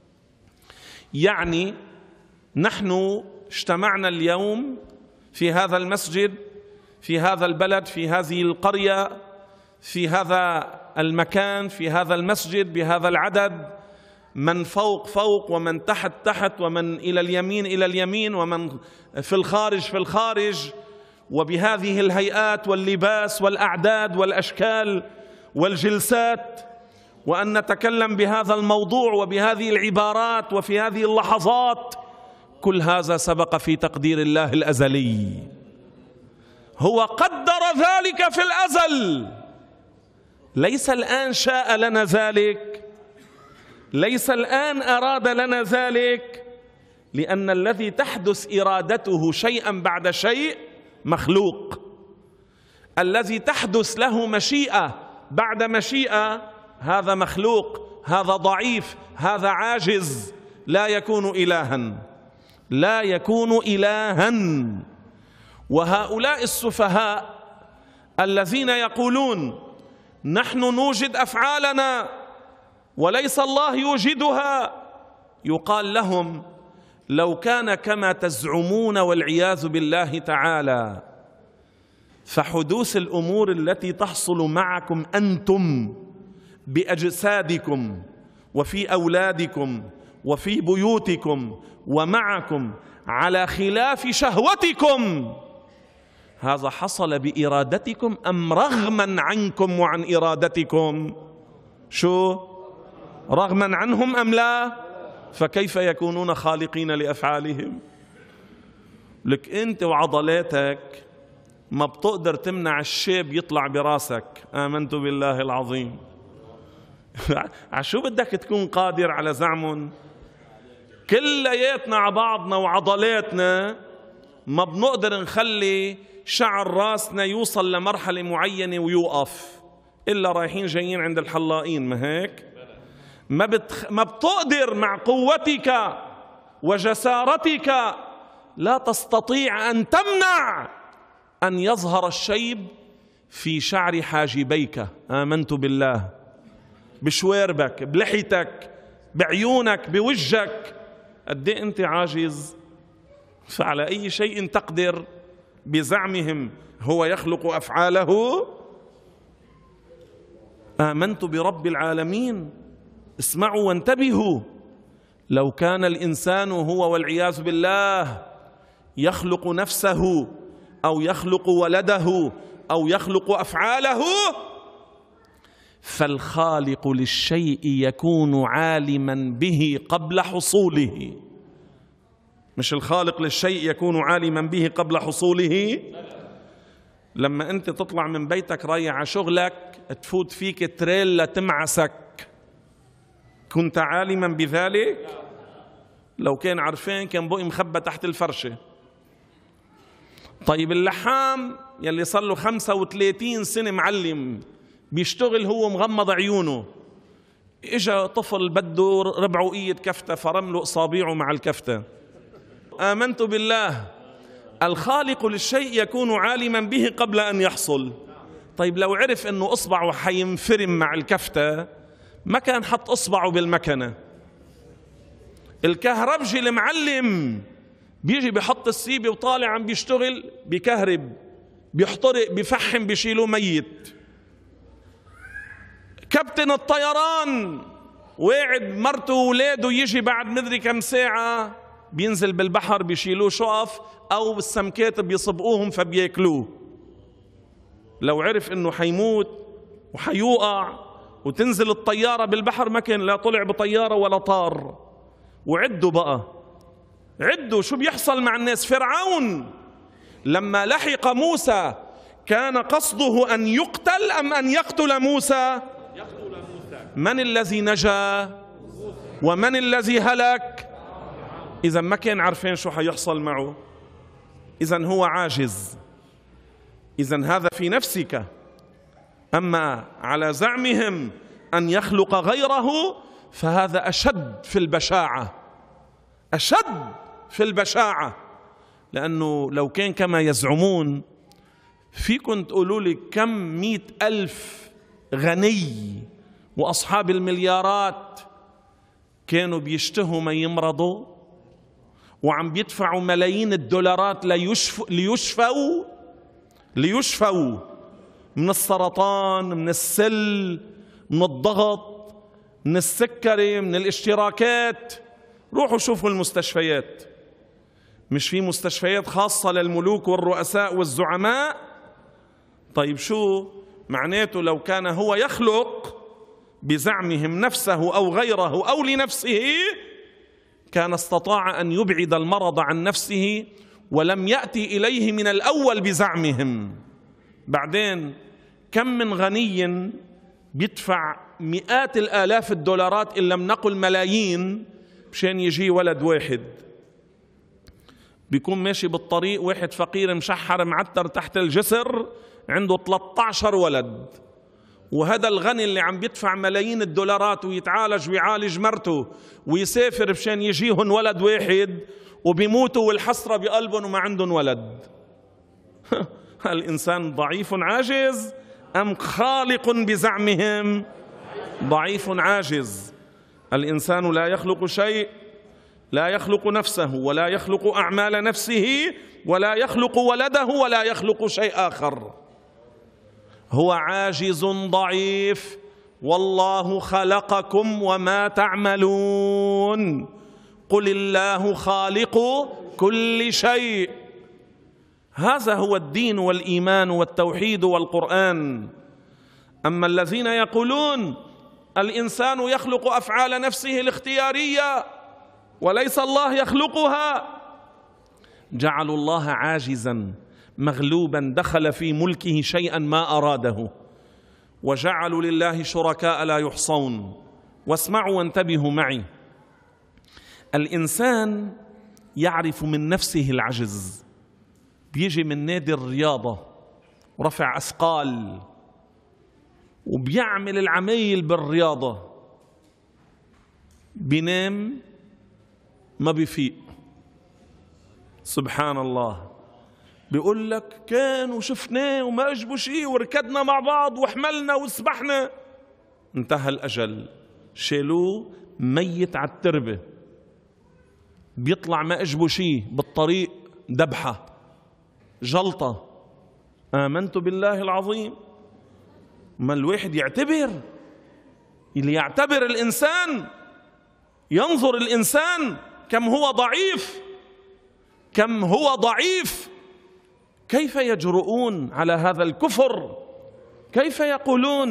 يعني نحن اجتمعنا اليوم في هذا المسجد، في هذا البلد، في هذه القرية، في هذا المكان، في هذا المسجد، بهذا العدد، من فوق فوق ومن تحت تحت ومن إلى اليمين إلى اليمين ومن في الخارج في الخارج، وبهذه الهيئات واللباس والأعداد والأشكال والجلسات، وأن نتكلم بهذا الموضوع وبهذه العبارات وفي هذه اللحظات. كل هذا سبق في تقدير الله الأزلي. هو قدر ذلك في الأزل، ليس الآن شاء لنا ذلك، ليس الآن أراد لنا ذلك، لأن الذي تحدث إرادته شيئا بعد شيء مخلوق. الذي تحدث له مشيئة بعد مشيئة هذا مخلوق، هذا ضعيف، هذا عاجز، لا يكون إلها، لا يكون إلها. وهؤلاء السفهاء الذين يقولون نحن نوجد أفعالنا وليس الله يوجدها، يقال لهم لو كان كما تزعمون والعياذ بالله تعالى، فحدوث الأمور التي تحصل معكم أنتم بأجسادكم وفي أولادكم وفي بيوتكم ومعكم على خلاف شهوتكم، هذا حصل بإرادتكم أم رغما عنكم وعن إرادتكم؟ شو؟ رغما عنهم أم لا؟ فكيف يكونون خالقين لأفعالهم؟ لك أنت وعضلاتك ما بتقدر تمنع الشيب يطلع براسك. آمنت بالله العظيم. عشو بدك تكون قادر على زعمهم؟ كلياتنا على بعضنا وعضلاتنا ما بنقدر نخلي شعر راسنا يوصل لمرحلة معينة ويوقف، إلا رايحين جايين عند الحلاقين، ما هيك؟ ما بتقدر مع قوتك وجسارتك، لا تستطيع أن تمنع أن يظهر الشيب في شعر حاجبيك. آمنت بالله. بشواربك، بلحيتك، بعيونك، بوجهك. قد ايه أنت عاجز؟ فعلى أي شيء تقدر بزعمهم هو يخلق أفعاله؟ آمنت برب العالمين. اسمعوا وانتبهوا. لو كان الإنسان هو والعياذ بالله يخلق نفسه أو يخلق ولده أو يخلق أفعاله، فالخالق للشيء يكون عالما به قبل حصوله. مش الخالق للشيء يكون عالما به قبل حصوله. لما أنت تطلع من بيتك رايح على شغلك تفوت فيك تريلا تمعسك، كنت عالما بذلك؟ لو كان عارفين كان بقي مخبى تحت الفرشة. طيب اللحام يلي صار له 35 سنة معلم بيشتغل هو مغمض عيونه، إجا طفل بده ربع وقية كفتة فرم له أصابعه مع الكفتة. آمنت بالله الخالق للشيء يكون عالما به قبل أن يحصل. طيب لو عرف أنه إصبعه حينفرم مع الكفتة ما كان حط إصبعه بالمكنة. الكهربجي المعلم بيجي بيحط السيبة وطالع عم بيشتغل بكهرب، بيحترق، بيفحم، بيشيلوه ميت. كابتن الطيران واعد مرته وولاده يجي بعد مدري كم ساعة بينزل بالبحر بيشيلوه شقف أو بالسمكات بيصبقوهم فبياكلوه. لو عرف إنه حيموت وحيوقع وتنزل الطيارة بالبحر ما كان لا طلع بطيارة ولا طار. وعدوا بقى، عدوا شو بيحصل مع الناس. فرعون لما لحق موسى كان قصده أن يقتل أم أن يقتل موسى؟ من الذي نجا ومن الذي هلك؟ إذا ما كان عارفين شو حيحصل معه. إذا هو عاجز. إذا هذا في نفسك. أما على زعمهم أن يخلق غيره فهذا أشد في البشاعة، أشد في البشاعة. لأنه لو كان كما يزعمون فيكم تقولوا لي كم 100,000 غني وأصحاب المليارات كانوا بيشتهوا ما يمرضوا وعم بيدفعوا ملايين الدولارات ليشفوا من السرطان، من السل، من الضغط، من السكري، من الاشتراكات. روحوا شوفوا المستشفيات. مش في مستشفيات خاصة للملوك والرؤساء والزعماء؟ طيب شو معناته لو كان هو يخلق بزعمهم نفسه أو غيره أو لنفسه كان استطاع أن يبعد المرض عن نفسه ولم يأتي إليه من الأول بزعمهم. بعدين كم من غني بيدفع مئات الآلاف الدولارات إن لم نقل ملايين مشان يجي ولد واحد. بيكون ماشي بالطريق واحد فقير مشحر معتر تحت الجسر عنده 13 ولد، وهذا الغني اللي عم بيدفع ملايين الدولارات ويتعالج ويعالج مرته ويسافر مشان يجيهن ولد واحد وبيموتوا والحسرة بقلبهم وما عندهم ولد. الإنسان ضعيف عاجز أم خالق بزعمهم ضعيف عاجز؟ الإنسان لا يخلق شيء، لا يخلق نفسه ولا يخلق أعمال نفسه ولا يخلق ولده ولا يخلق شيء آخر. هو عاجز ضعيف. والله خلقكم وما تعملون. قل الله خالق كل شيء. هذا هو الدين والإيمان والتوحيد والقرآن. أما الذين يقولون الإنسان يخلق أفعال نفسه الاختيارية وليس الله يخلقها، جعلوا الله عاجزا مغلوبا دخل في ملكه شيئا ما أراده، وجعلوا لله شركاء لا يحصون. واسمعوا وانتبهوا معي، الإنسان يعرف من نفسه العجز، بيجي من نادي الرياضة ورفع أثقال وبيعمل العمايل بالرياضة، بينام ما بيفيق. سبحان الله. بيقول لك كان وشفناه وما أجبوا شيء وركضنا مع بعض وحملنا وسبحنا، انتهى الأجل، شالوه ميت على التربة، بيطلع ما أجبوا شيء بالطريق، دبحة، جلطة. آمنت بالله العظيم. ما الواحد يعتبر، اللي يعتبر الإنسان، ينظر الإنسان كم هو ضعيف، كم هو ضعيف. كيف يجرؤون على هذا الكفر؟ كيف يقولون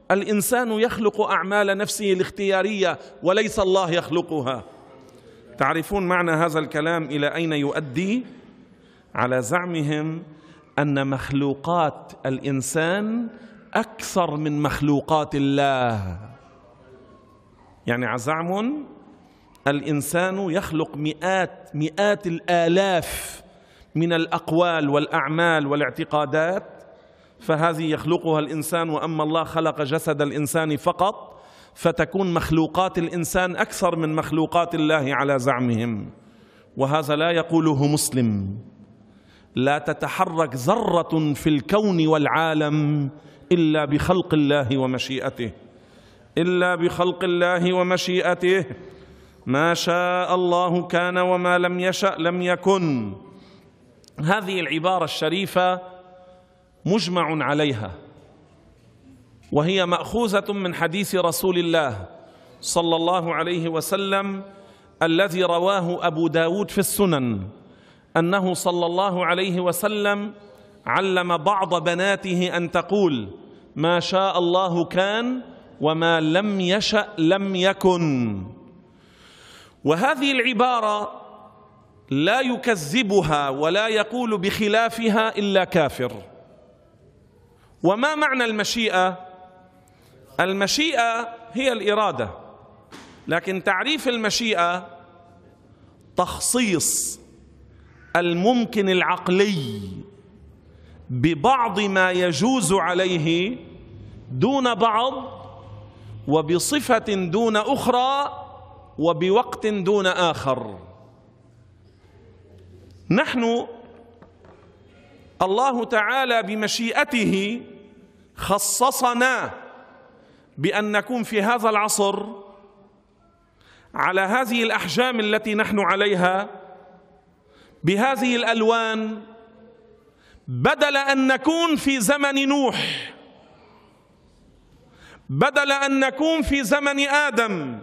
الإنسان يخلق أعمال نفسه الاختيارية وليس الله يخلقها. تعرفون معنى هذا الكلام إلى أين يؤدي؟ على زعمهم أن مخلوقات الإنسان أكثر من مخلوقات الله. يعني على زعم الإنسان يخلق مئات الآلاف من الأقوال والأعمال والاعتقادات، فهذه يخلقها الإنسان، وأما الله خلق جسد الإنسان فقط، فتكون مخلوقات الإنسان أكثر من مخلوقات الله على زعمهم. وهذا لا يقوله مسلم. لا تتحرك ذرة في الكون والعالم إلا بخلق الله ومشيئته، إلا بخلق الله ومشيئته. ما شاء الله كان وما لم يشأ لم يكن. هذه العبارة الشريفة مجمع عليها، وهي مأخوذة من حديث رسول الله صلى الله عليه وسلم الذي رواه أبو داود في السنن، أنه صلى الله عليه وسلم علم بعض بناته أن تقول: ما شاء الله كان وما لم يشأ لم يكن. وهذه العبارة لا يكذبها ولا يقول بخلافها إلا كافر. وما معنى المشيئة؟ المشيئة هي الإرادة، لكن تعريف المشيئة تخصيص الممكن العقلي ببعض ما يجوز عليه دون بعض، وبصفة دون أخرى، وبوقت دون آخر. نحن الله تعالى بمشيئته خصصنا بأن نكون في هذا العصر على هذه الأحجام التي نحن عليها بهذه الألوان، بدل أن نكون في زمن نوح، بدل أن نكون في زمن آدم.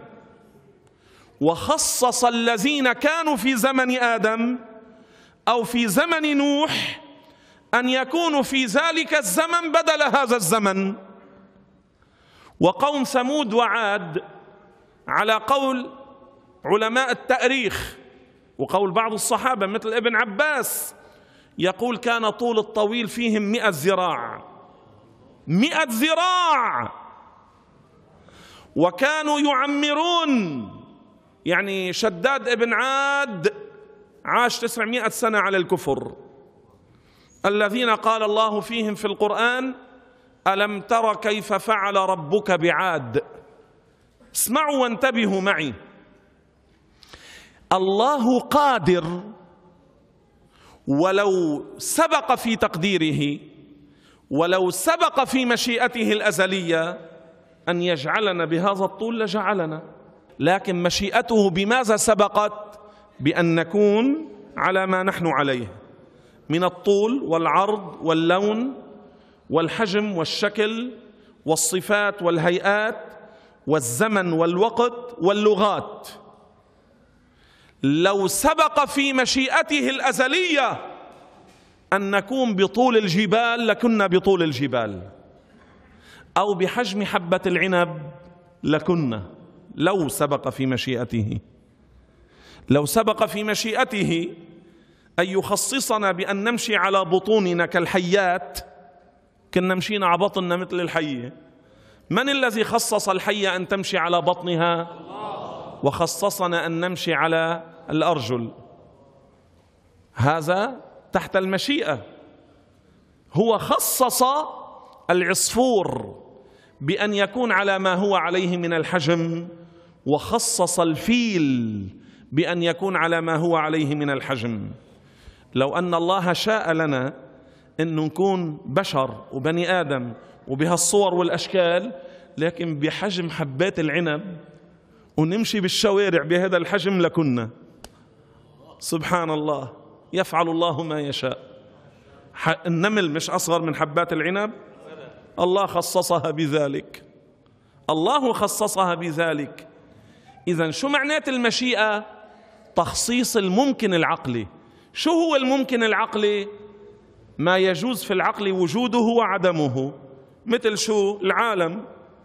وخصص الذين كانوا في زمن آدم أو في زمن نوح أن يكونوا في ذلك الزمن بدل هذا الزمن. وقوم ثمود وعاد على قول علماء التاريخ وقول بعض الصحابة مثل ابن عباس يقول: كان طول الطويل فيهم 100 ذراع، 100 ذراع، وكانوا يعمرون. يعني شداد ابن عاد عاش 900 سنة على الكفر، الذين قال الله فيهم في القرآن: ألم تر كيف فعل ربك بعاد. اسمعوا وانتبهوا معي. الله قادر ولو سبق في تقديره، ولو سبق في مشيئته الأزلية أن يجعلنا بهذا الطول لجعلنا، لكن مشيئته بماذا سبقت؟ بأن نكون على ما نحن عليه من الطول والعرض واللون والحجم والشكل والصفات والهيئات والزمن والوقت واللغات. لو سبق في مشيئته الأزلية أن نكون بطول الجبال لكنا بطول الجبال، أو بحجم حبة العنب لكنا، لو سبق في مشيئته. لو سبق في مشيئته أن يخصصنا بأن نمشي على بطوننا كالحيات كنا مشينا على بطننا مثل الحية. من الذي خصص الحية أن تمشي على بطنها؟ وخصصنا أن نمشي على الأرجل. هذا تحت المشيئة. هو خصص العصفور بأن يكون على ما هو عليه من الحجم، وخصص الفيل بأن يكون على ما هو عليه من الحجم. لو أن الله شاء لنا أن نكون بشر وبني آدم وبهالصور والأشكال، لكن بحجم حبات العنب ونمشي بالشوارع بهذا الحجم لكنا. سبحان الله، يفعل الله ما يشاء. النمل مش أصغر من حبات العنب؟ الله خصصها بذلك، الله خصصها بذلك. إذن شو معنات المشيئة؟ تخصيص الممكن العقلي. شو هو الممكن العقلي؟ ما يجوز في العقل وجوده وعدمه. مثل شو؟ العالم.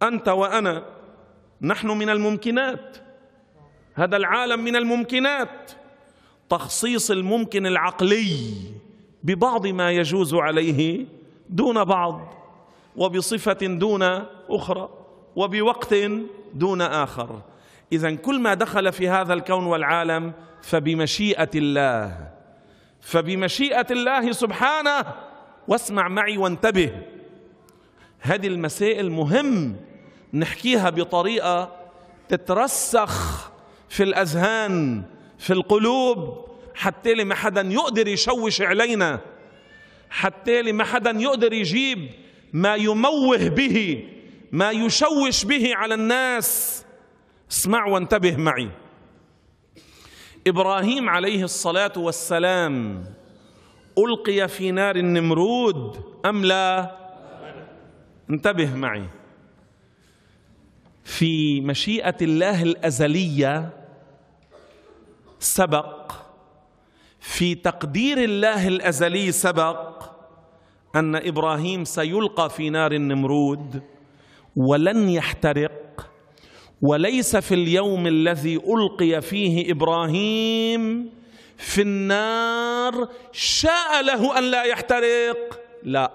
أنت وأنا نحن من الممكنات، هذا العالم من الممكنات، تخصيص الممكن العقلي ببعض ما يجوز عليه دون بعض، وبصفة دون أخرى، وبوقت دون آخر. إذن كل ما دخل في هذا الكون والعالم فبمشيئة الله، فبمشيئة الله سبحانه. واسمع معي وانتبه، هذه المسائل مهم نحكيها بطريقة تترسخ في الأذهان في القلوب، حتى لما حدا يقدر يشوش علينا، حتى لما حدا يقدر يجيب ما يموه به، ما يشوش به على الناس. اسمع وانتبه معي. إبراهيم عليه الصلاة والسلام ألقي في نار النمرود أم لا؟ انتبه معي. في مشيئة الله الأزلية سبق، في تقدير الله الأزلي سبق أن إبراهيم سيلقى في نار النمرود ولن يحترق، وليس في اليوم الذي ألقي فيه إبراهيم في النار شاء له أن لا يحترق، لا،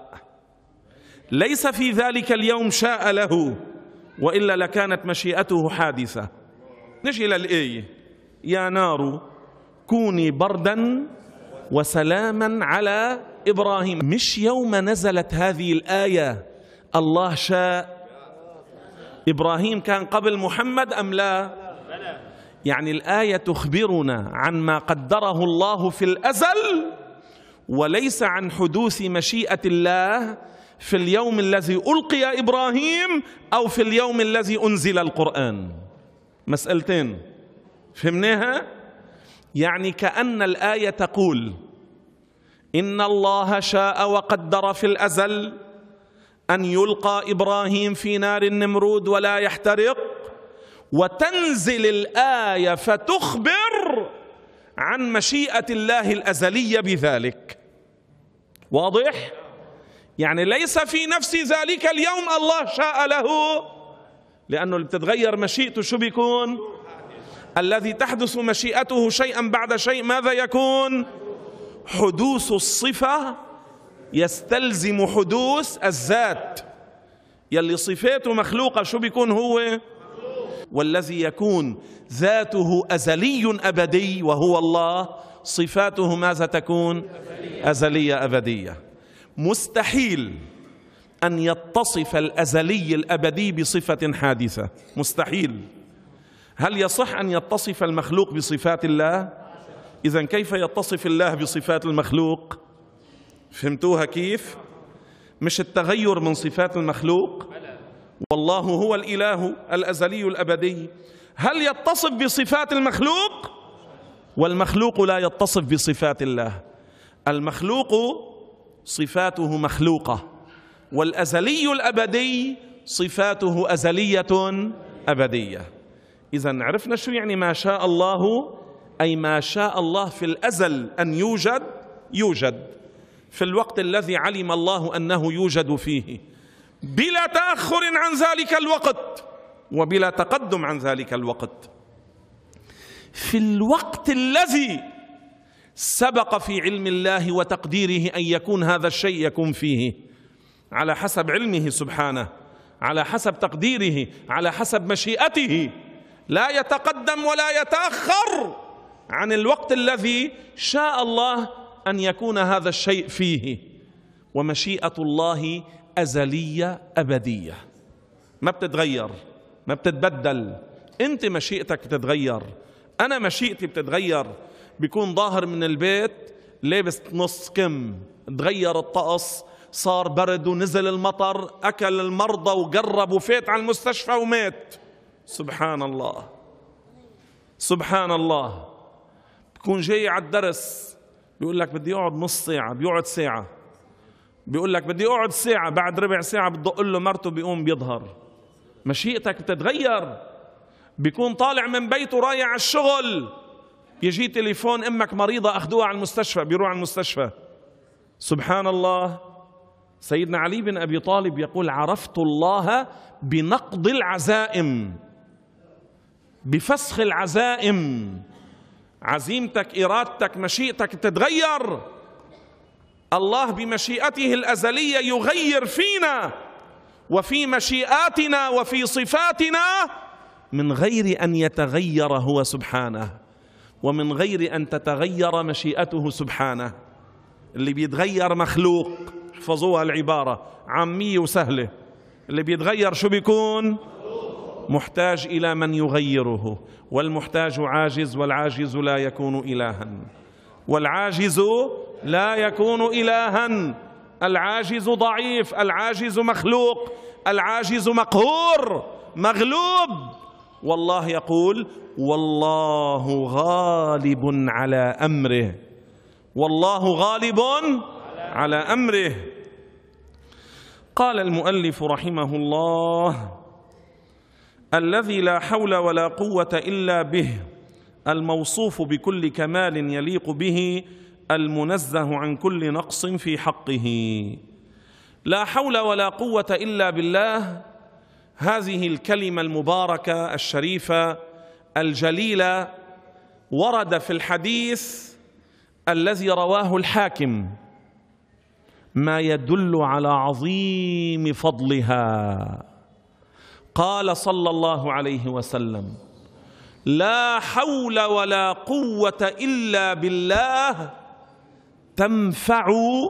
ليس في ذلك اليوم شاء له، وإلا لكانت مشيئته حادثة. نجي إلى الآية: يا نار كوني بردا وسلاما على إبراهيم. مش يوم نزلت هذه الآية الله شاء. إبراهيم كان قبل محمد أم لا؟ يعني الآية تخبرنا عن ما قدره الله في الأزل، وليس عن حدوث مشيئة الله في اليوم الذي ألقي إبراهيم أو في اليوم الذي أنزل القرآن. مسألتين فهمناها؟ يعني كأن الآية تقول إن الله شاء وقدر في الأزل أن يلقى إبراهيم في نار النمرود ولا يحترق، وتنزل الآية فتخبر عن مشيئة الله الأزلية بذلك. واضح؟ يعني ليس في نفس ذلك اليوم الله شاء له، لأنه اللي بتتغير مشيئته شو بيكون؟ الذي تحدث مشيئته شيئا بعد شيء ماذا يكون؟ حدوث الصفة يستلزم حدوث الذات. يلي صفاته مخلوقة شو بيكون هو؟ والذي يكون ذاته أزلي أبدي وهو الله، صفاته ماذا تكون؟ أزلية أبدية. مستحيل أن يتصف الأزلي الأبدي بصفة حادثة، مستحيل. هل يصح أن يتصف المخلوق بصفات الله؟ إذن كيف يتصف الله بصفات المخلوق؟ فهمتوها كيف؟ مش التغير من صفات المخلوق، والله هو الإله الأزلي الأبدي. هل يتصف بصفات المخلوق؟ والمخلوق لا يتصف بصفات الله. المخلوق صفاته مخلوقة، والأزلي الأبدي صفاته أزلية أبدية. إذن عرفنا شو يعني ما شاء الله، أي ما شاء الله في الأزل أن يوجد يوجد في الوقت الذي علم الله أنه يوجد فيه، بلا تأخر عن ذلك الوقت وبلا تقدم عن ذلك الوقت، في الوقت الذي سبق في علم الله وتقديره أن يكون هذا الشيء يكون فيه، على حسب علمه سبحانه، على حسب تقديره، على حسب مشيئته، لا يتقدم ولا يتأخر عن الوقت الذي شاء الله أن يكون هذا الشيء فيه. ومشيئة الله أزلية أبدية، ما بتتغير، ما بتتبدل. أنت مشيئتك بتتغير، أنا مشيئتي بتتغير. بيكون ظاهر من البيت لابس نص كم، تغير الطقس، صار برد ونزل المطر، أكل المرضى وقرب وفات على المستشفى ومات. سبحان الله سبحان الله. بكون جاي على الدرس بيقول لك بدي أقعد نص ساعة، بيقعد ساعة، بيقول لك بدي أقعد ساعة، بعد ربع ساعة بتدق له مرته بيقوم بيظهر. مشيئتك بتتغير. بيكون طالع من بيته رايح على الشغل، يجي تليفون أمك مريضة أخذوها على المستشفى، بيروح على المستشفى. سبحان الله سيدنا علي بن أبي طالب يقول: عرفت الله بنقض العزائم، بفسخ العزائم. عزيمتك، إرادتك، مشيئتك تتغير، الله بمشيئته الأزلية يغير فينا وفي مشيئاتنا وفي صفاتنا من غير أن يتغير هو سبحانه، ومن غير أن تتغير مشيئته سبحانه. اللي بيتغير مخلوق، احفظوها العبارة عامية وسهلة، اللي بيتغير شو بيكون؟ محتاج إلى من يغيره، والمحتاج عاجز، والعاجز لا يكون إلها، والعاجز لا يكون إلها. العاجز ضعيف، العاجز مخلوق، العاجز مقهور مغلوب. والله يقول: والله غالب على أمره، والله غالب على أمره. قال المؤلف رحمه الله: الذي لا حول ولا قوة إلا به، الموصوف بكل كمال يليق به، المنزه عن كل نقص في حقه. لا حول ولا قوة إلا بالله، هذه الكلمة المباركة الشريفة الجليلة ورد في الحديث الذي رواه الحاكم ما يدل على عظيم فضلها. قال صلى الله عليه وسلم: لا حول ولا قوة إلا بالله تنفع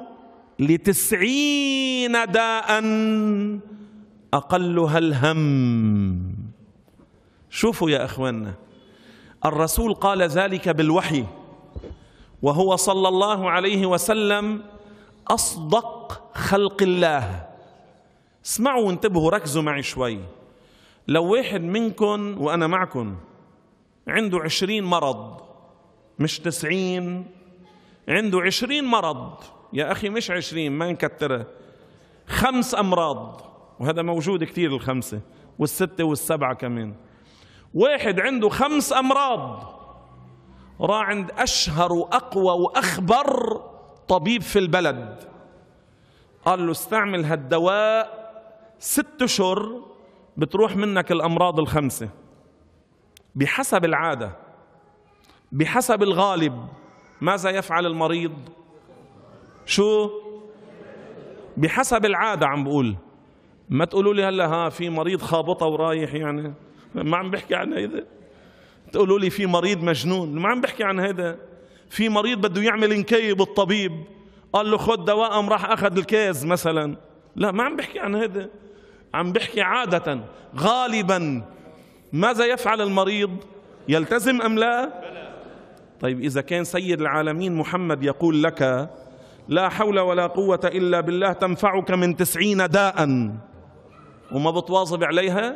ل90 داء أقلها الهم. شوفوا يا أخواننا، الرسول قال ذلك بالوحي، وهو صلى الله عليه وسلم أصدق خلق الله. اسمعوا وانتبهوا، ركزوا معي شوي. لو واحد منكم وأنا معكم عنده 20 مرض، مش 90، عنده 20 مرض يا أخي، مش 20، ما نكترها، 5 أمراض، وهذا موجود كثير، ال5 وال6 وال7 كمان. واحد عنده 5 أمراض، راح عند أشهر وأقوى وأخبر طبيب في البلد، قال له: استعمل هالدواء 6 أشهر بتروح منك الأمراض ال5. بحسب العادة، بحسب الغالب، ماذا يفعل المريض؟ شو؟ بحسب العادة عم بقول. ما تقولوا لي هلا في مريض خابطة ورايح، يعني ما عم بحكي عن هيدا. تقولوا لي في مريض مجنون، ما عم بحكي عن هيدا. في مريض بده يعمل انكيب، الطبيب قال له خد دواء، قام راح أخذ الكيز مثلا. لا، ما عم بحكي عن هيدا، عم بحكي عادة غالبا. ماذا يفعل المريض؟ يلتزم أم لا؟ طيب إذا كان سيد العالمين محمد يقول لك لا حول ولا قوة إلا بالله تنفعك من 90 داء، وما بتواظب عليها،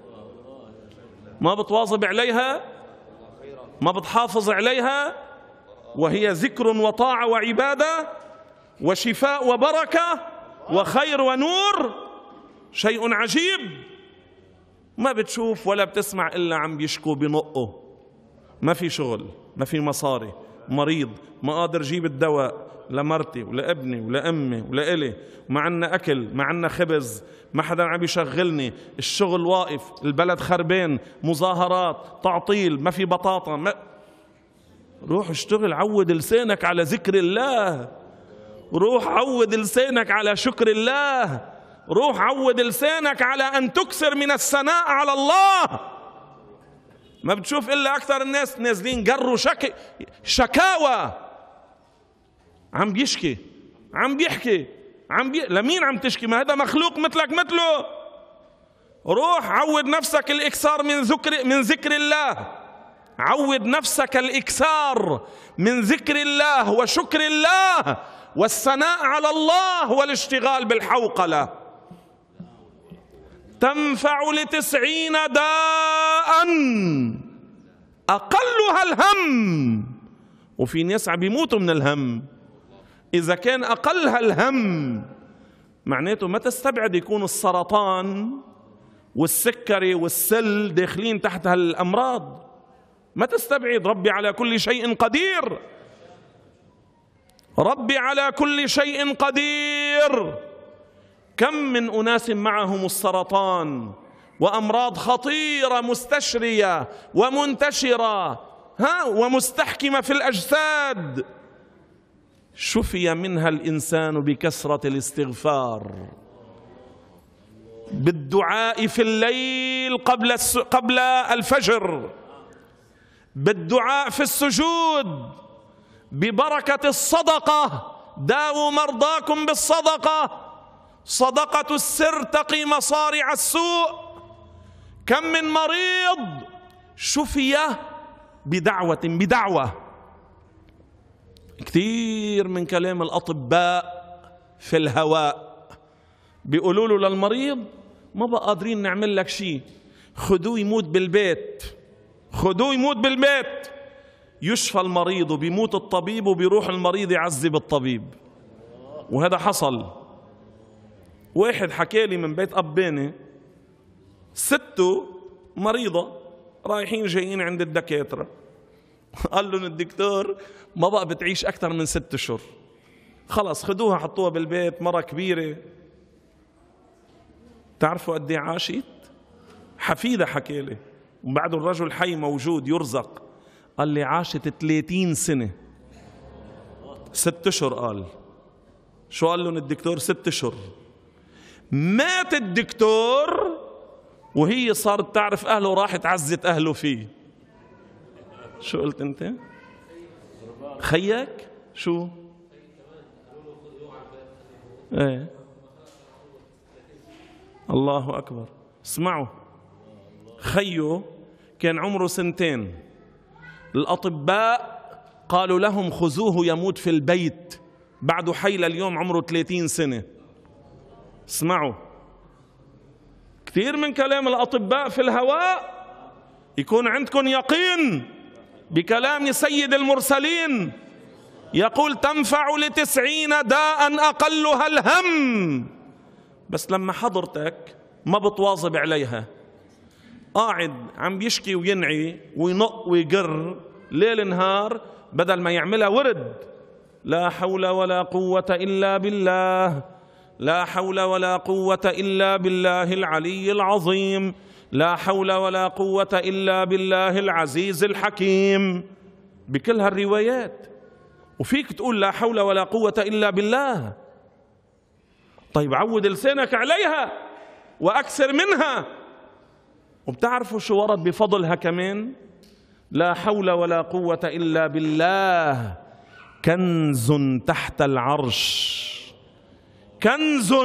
ما بتواظب عليها، ما بتحافظ عليها، وهي ذكر وطاعة وعبادة وشفاء وبركة وخير ونور، شيء عجيب. ما بتشوف ولا بتسمع إلا عم بيشكوا بنقه، ما في شغل، ما في مصاري، مريض، ما قادر جيب الدواء لمرتي ولابني ولأمي ولإلي، ما عنا أكل، ما عنا خبز، ما حدا عم يشغلني، الشغل واقف، البلد خربان، مظاهرات، تعطيل، ما في بطاطا. روح اشتغل، عود لسانك على ذكر الله، روح عود لسانك على شكر الله، روح عود لسانك على أن تكثر من الثناء على الله. ما بتشوف إلا أكثر الناس نازلين قروا شكاوى، عم بيشكي، عم بيحكي، لمين عم تشكي؟ ما هذا مخلوق مثلك مثله. روح عود نفسك الإكثار من ذكر الله، عود نفسك الإكثار من ذكر الله وشكر الله والثناء على الله والاشتغال بالحوقلة. تنفع ل90 داء أقلها الهم. وفي ناس عم بيموتوا من الهم. إذا كان أقلها الهم معناته ما تستبعد يكون السرطان والسكري والسل داخلين تحت هالأمراض، ما تستبعد. ربي على كل شيء قدير، ربي على كل شيء قدير. كم من أناس معهم السرطان وأمراض خطيرة مستشرية ومنتشرة ومستحكمة في الأجساد، شفي منها الإنسان بكثرة الاستغفار، بالدعاء في الليل قبل الفجر، بالدعاء في السجود، ببركة الصدقة. داووا مرضاكم بالصدقة، صدقة السر تقي مصارع السوء. كم من مريض شفي بدعوة. كثير من كلام الأطباء في الهواء، بيقولوا له للمريض ما بقى قادرين نعمل لك شيء، خذوه يموت بالبيت، خذوه يموت بالبيت. يشفى المريض وبيموت الطبيب وبيروح المريض يعذب الطبيب. وهذا حصل. واحد حكى لي من بيت أباني، سته مريضة رايحين جايين عند الدكاترة، قال لهم الدكتور ما بقى بتعيش أكثر من 6 أشهر، خلص خدوها حطوها بالبيت، مرة كبيرة. تعرفوا قد ايه عاشت؟ حفيدة حكى لي، وبعده الرجل حي موجود يرزق، قال لي عاشت 30 سنة. 6 أشهر قال. شو قال لهم الدكتور؟ 6 أشهر. مات الدكتور وهي صارت تعرف أهله، راحت عزت أهله فيه. شو قلت أنت؟ خيك؟ شو؟ ايه الله أكبر. اسمعوا، خيو كان عمره 2 الأطباء قالوا لهم خذوه يموت في البيت، بعده حي لليوم عمره 30 سنة. اسمعوا، كثير من كلام الأطباء في الهواء. يكون عندكم يقين بكلام سيد المرسلين، يقول تنفع ل90 داء أقلها الهم. بس لما حضرتك ما بتواظب عليها، قاعد عم بيشكي وينعي وينق ويقر ليل نهار، بدل ما يعملها ورد لا حول ولا قوة إلا بالله، لا حول ولا قوة إلا بالله العلي العظيم، لا حول ولا قوة إلا بالله العزيز الحكيم، بكل هالروايات. وفيك تقول لا حول ولا قوة إلا بالله. طيب عود لسانك عليها وأكثر منها. وبتعرفوا شو ورد بفضلها كمان؟ لا حول ولا قوة إلا بالله كنز تحت العرش، كنز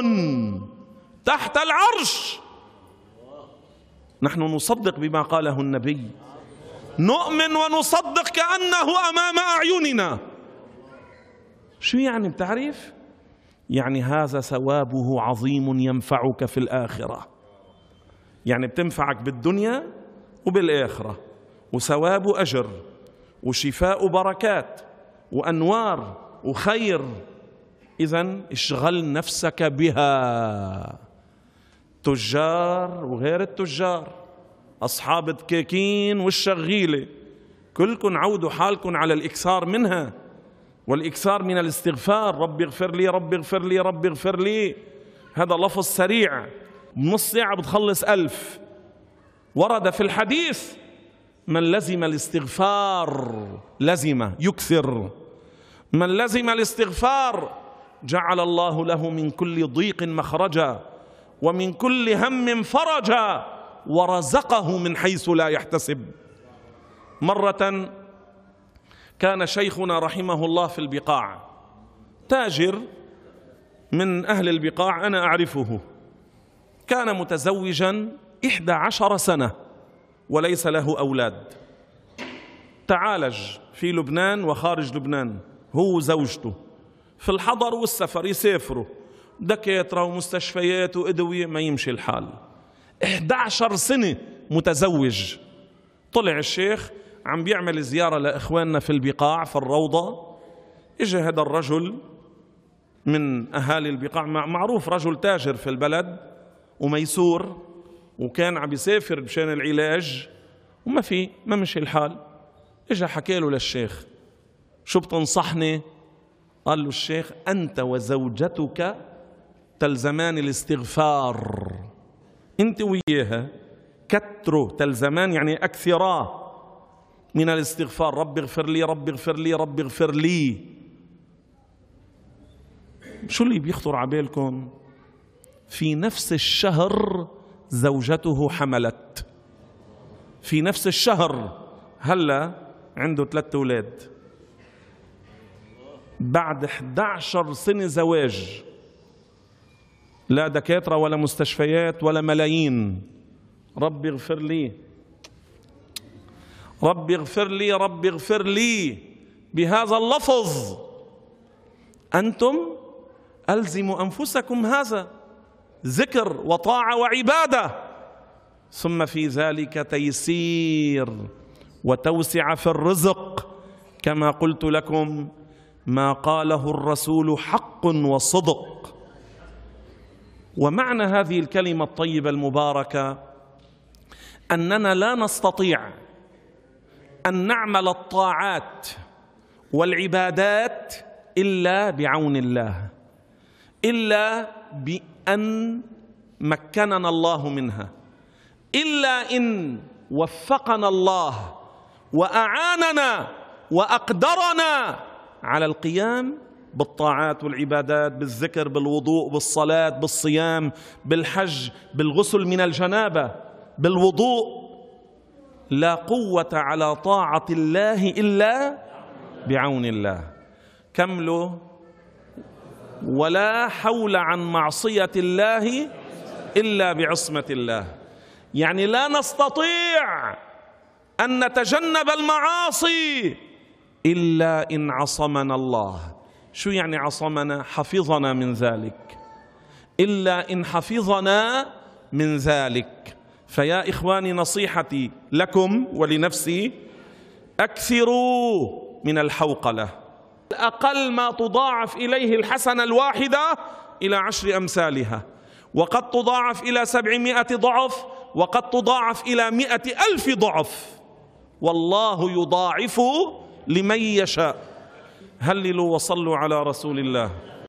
تحت العرش. نحن نصدق بما قاله النبي، نؤمن ونصدق كأنه أمام أعيننا. شو يعني؟ بتعرف؟ يعني هذا ثوابه عظيم ينفعك في الآخرة، يعني بتنفعك بالدنيا وبالآخرة، وثواب أجر وشفاء بركات وأنوار وخير. إذن اشغل نفسك بها. تجار وغير التجار، أصحاب الدكاكين والشغيلة، كلكم عودوا حالكم على الإكثار منها، والإكثار من الاستغفار. رب اغفر لي، رب اغفر لي، رب اغفر لي. هذا لفظ سريع، بنص ساعة بتخلص 1000. ورد في الحديث من لزم الاستغفار، لزم يكثر، من لزم الاستغفار جعل الله له من كل ضيق مخرجا ومن كل هم فرجا ورزقه من حيث لا يحتسب. مرة كان شيخنا رحمه الله في البقاع، تاجر من أهل البقاع، أنا أعرفه، كان متزوجا 11 سنة وليس له أولاد، تعالج في لبنان وخارج لبنان، هو وزوجته في الحضر والسفر، يسافروا دكاترة ومستشفيات وأدوية، ما يمشي الحال. 11 سنة متزوج. طلع الشيخ عم بيعمل زيارة لإخواننا في البقاع في الروضة، إجا هذا الرجل من أهالي البقاع، معروف رجل تاجر في البلد وميسور، وكان عم يسافر بشان العلاج ما مشي الحال. إجا حكى له للشيخ شو بتنصحني؟ قال له الشيخ أنت وزوجتك تلزمان الاستغفار، انت وياها كتروا تلزمان يعني أكثرا من الاستغفار. رب اغفر لي رب اغفر لي رب اغفر لي. شو اللي بيخطر على بالكم؟ في نفس الشهر زوجته حملت، في نفس الشهر. هلا عنده 3 أولاد بعد 11 سنة زواج، لا دكاترة ولا مستشفيات ولا ملايين. رب اغفر لي رب اغفر لي رب اغفر لي بهذا اللفظ. أنتم ألزموا أنفسكم هذا ذكر وطاعة وعبادة، ثم في ذلك تيسير وتوسع في الرزق. كما قلت لكم ما قاله الرسول حق وصدق. ومعنى هذه الكلمة الطيبة المباركة أننا لا نستطيع أن نعمل الطاعات والعبادات إلا بعون الله، إلا بأن مكننا الله منها، إلا إن وفقنا الله وأعاننا وأقدرنا على القيام بالطاعات والعبادات، بالذكر، بالوضوء، بالصلاة، بالصيام، بالحج، بالغسل من الجنابة، بالوضوء. لا قوة على طاعة الله إلا بعون الله. كملوا: ولا حول عن معصية الله إلا بعصمة الله. يعني لا نستطيع أن نتجنب المعاصي إلا إن عصمنا الله. شو يعني عصمنا؟ حفظنا من ذلك، إلا إن حفظنا من ذلك. فيا إخواني نصيحتي لكم ولنفسي: أكثروا من الحوقلة. أقل ما تضاعف إليه الحسنة الواحدة إلى 10 أمثالها، وقد تضاعف إلى 700 ضعف، وقد تضاعف إلى 100,000 ضعف. والله يضاعف لمن يشاء. هللوا وصلوا على رسول الله.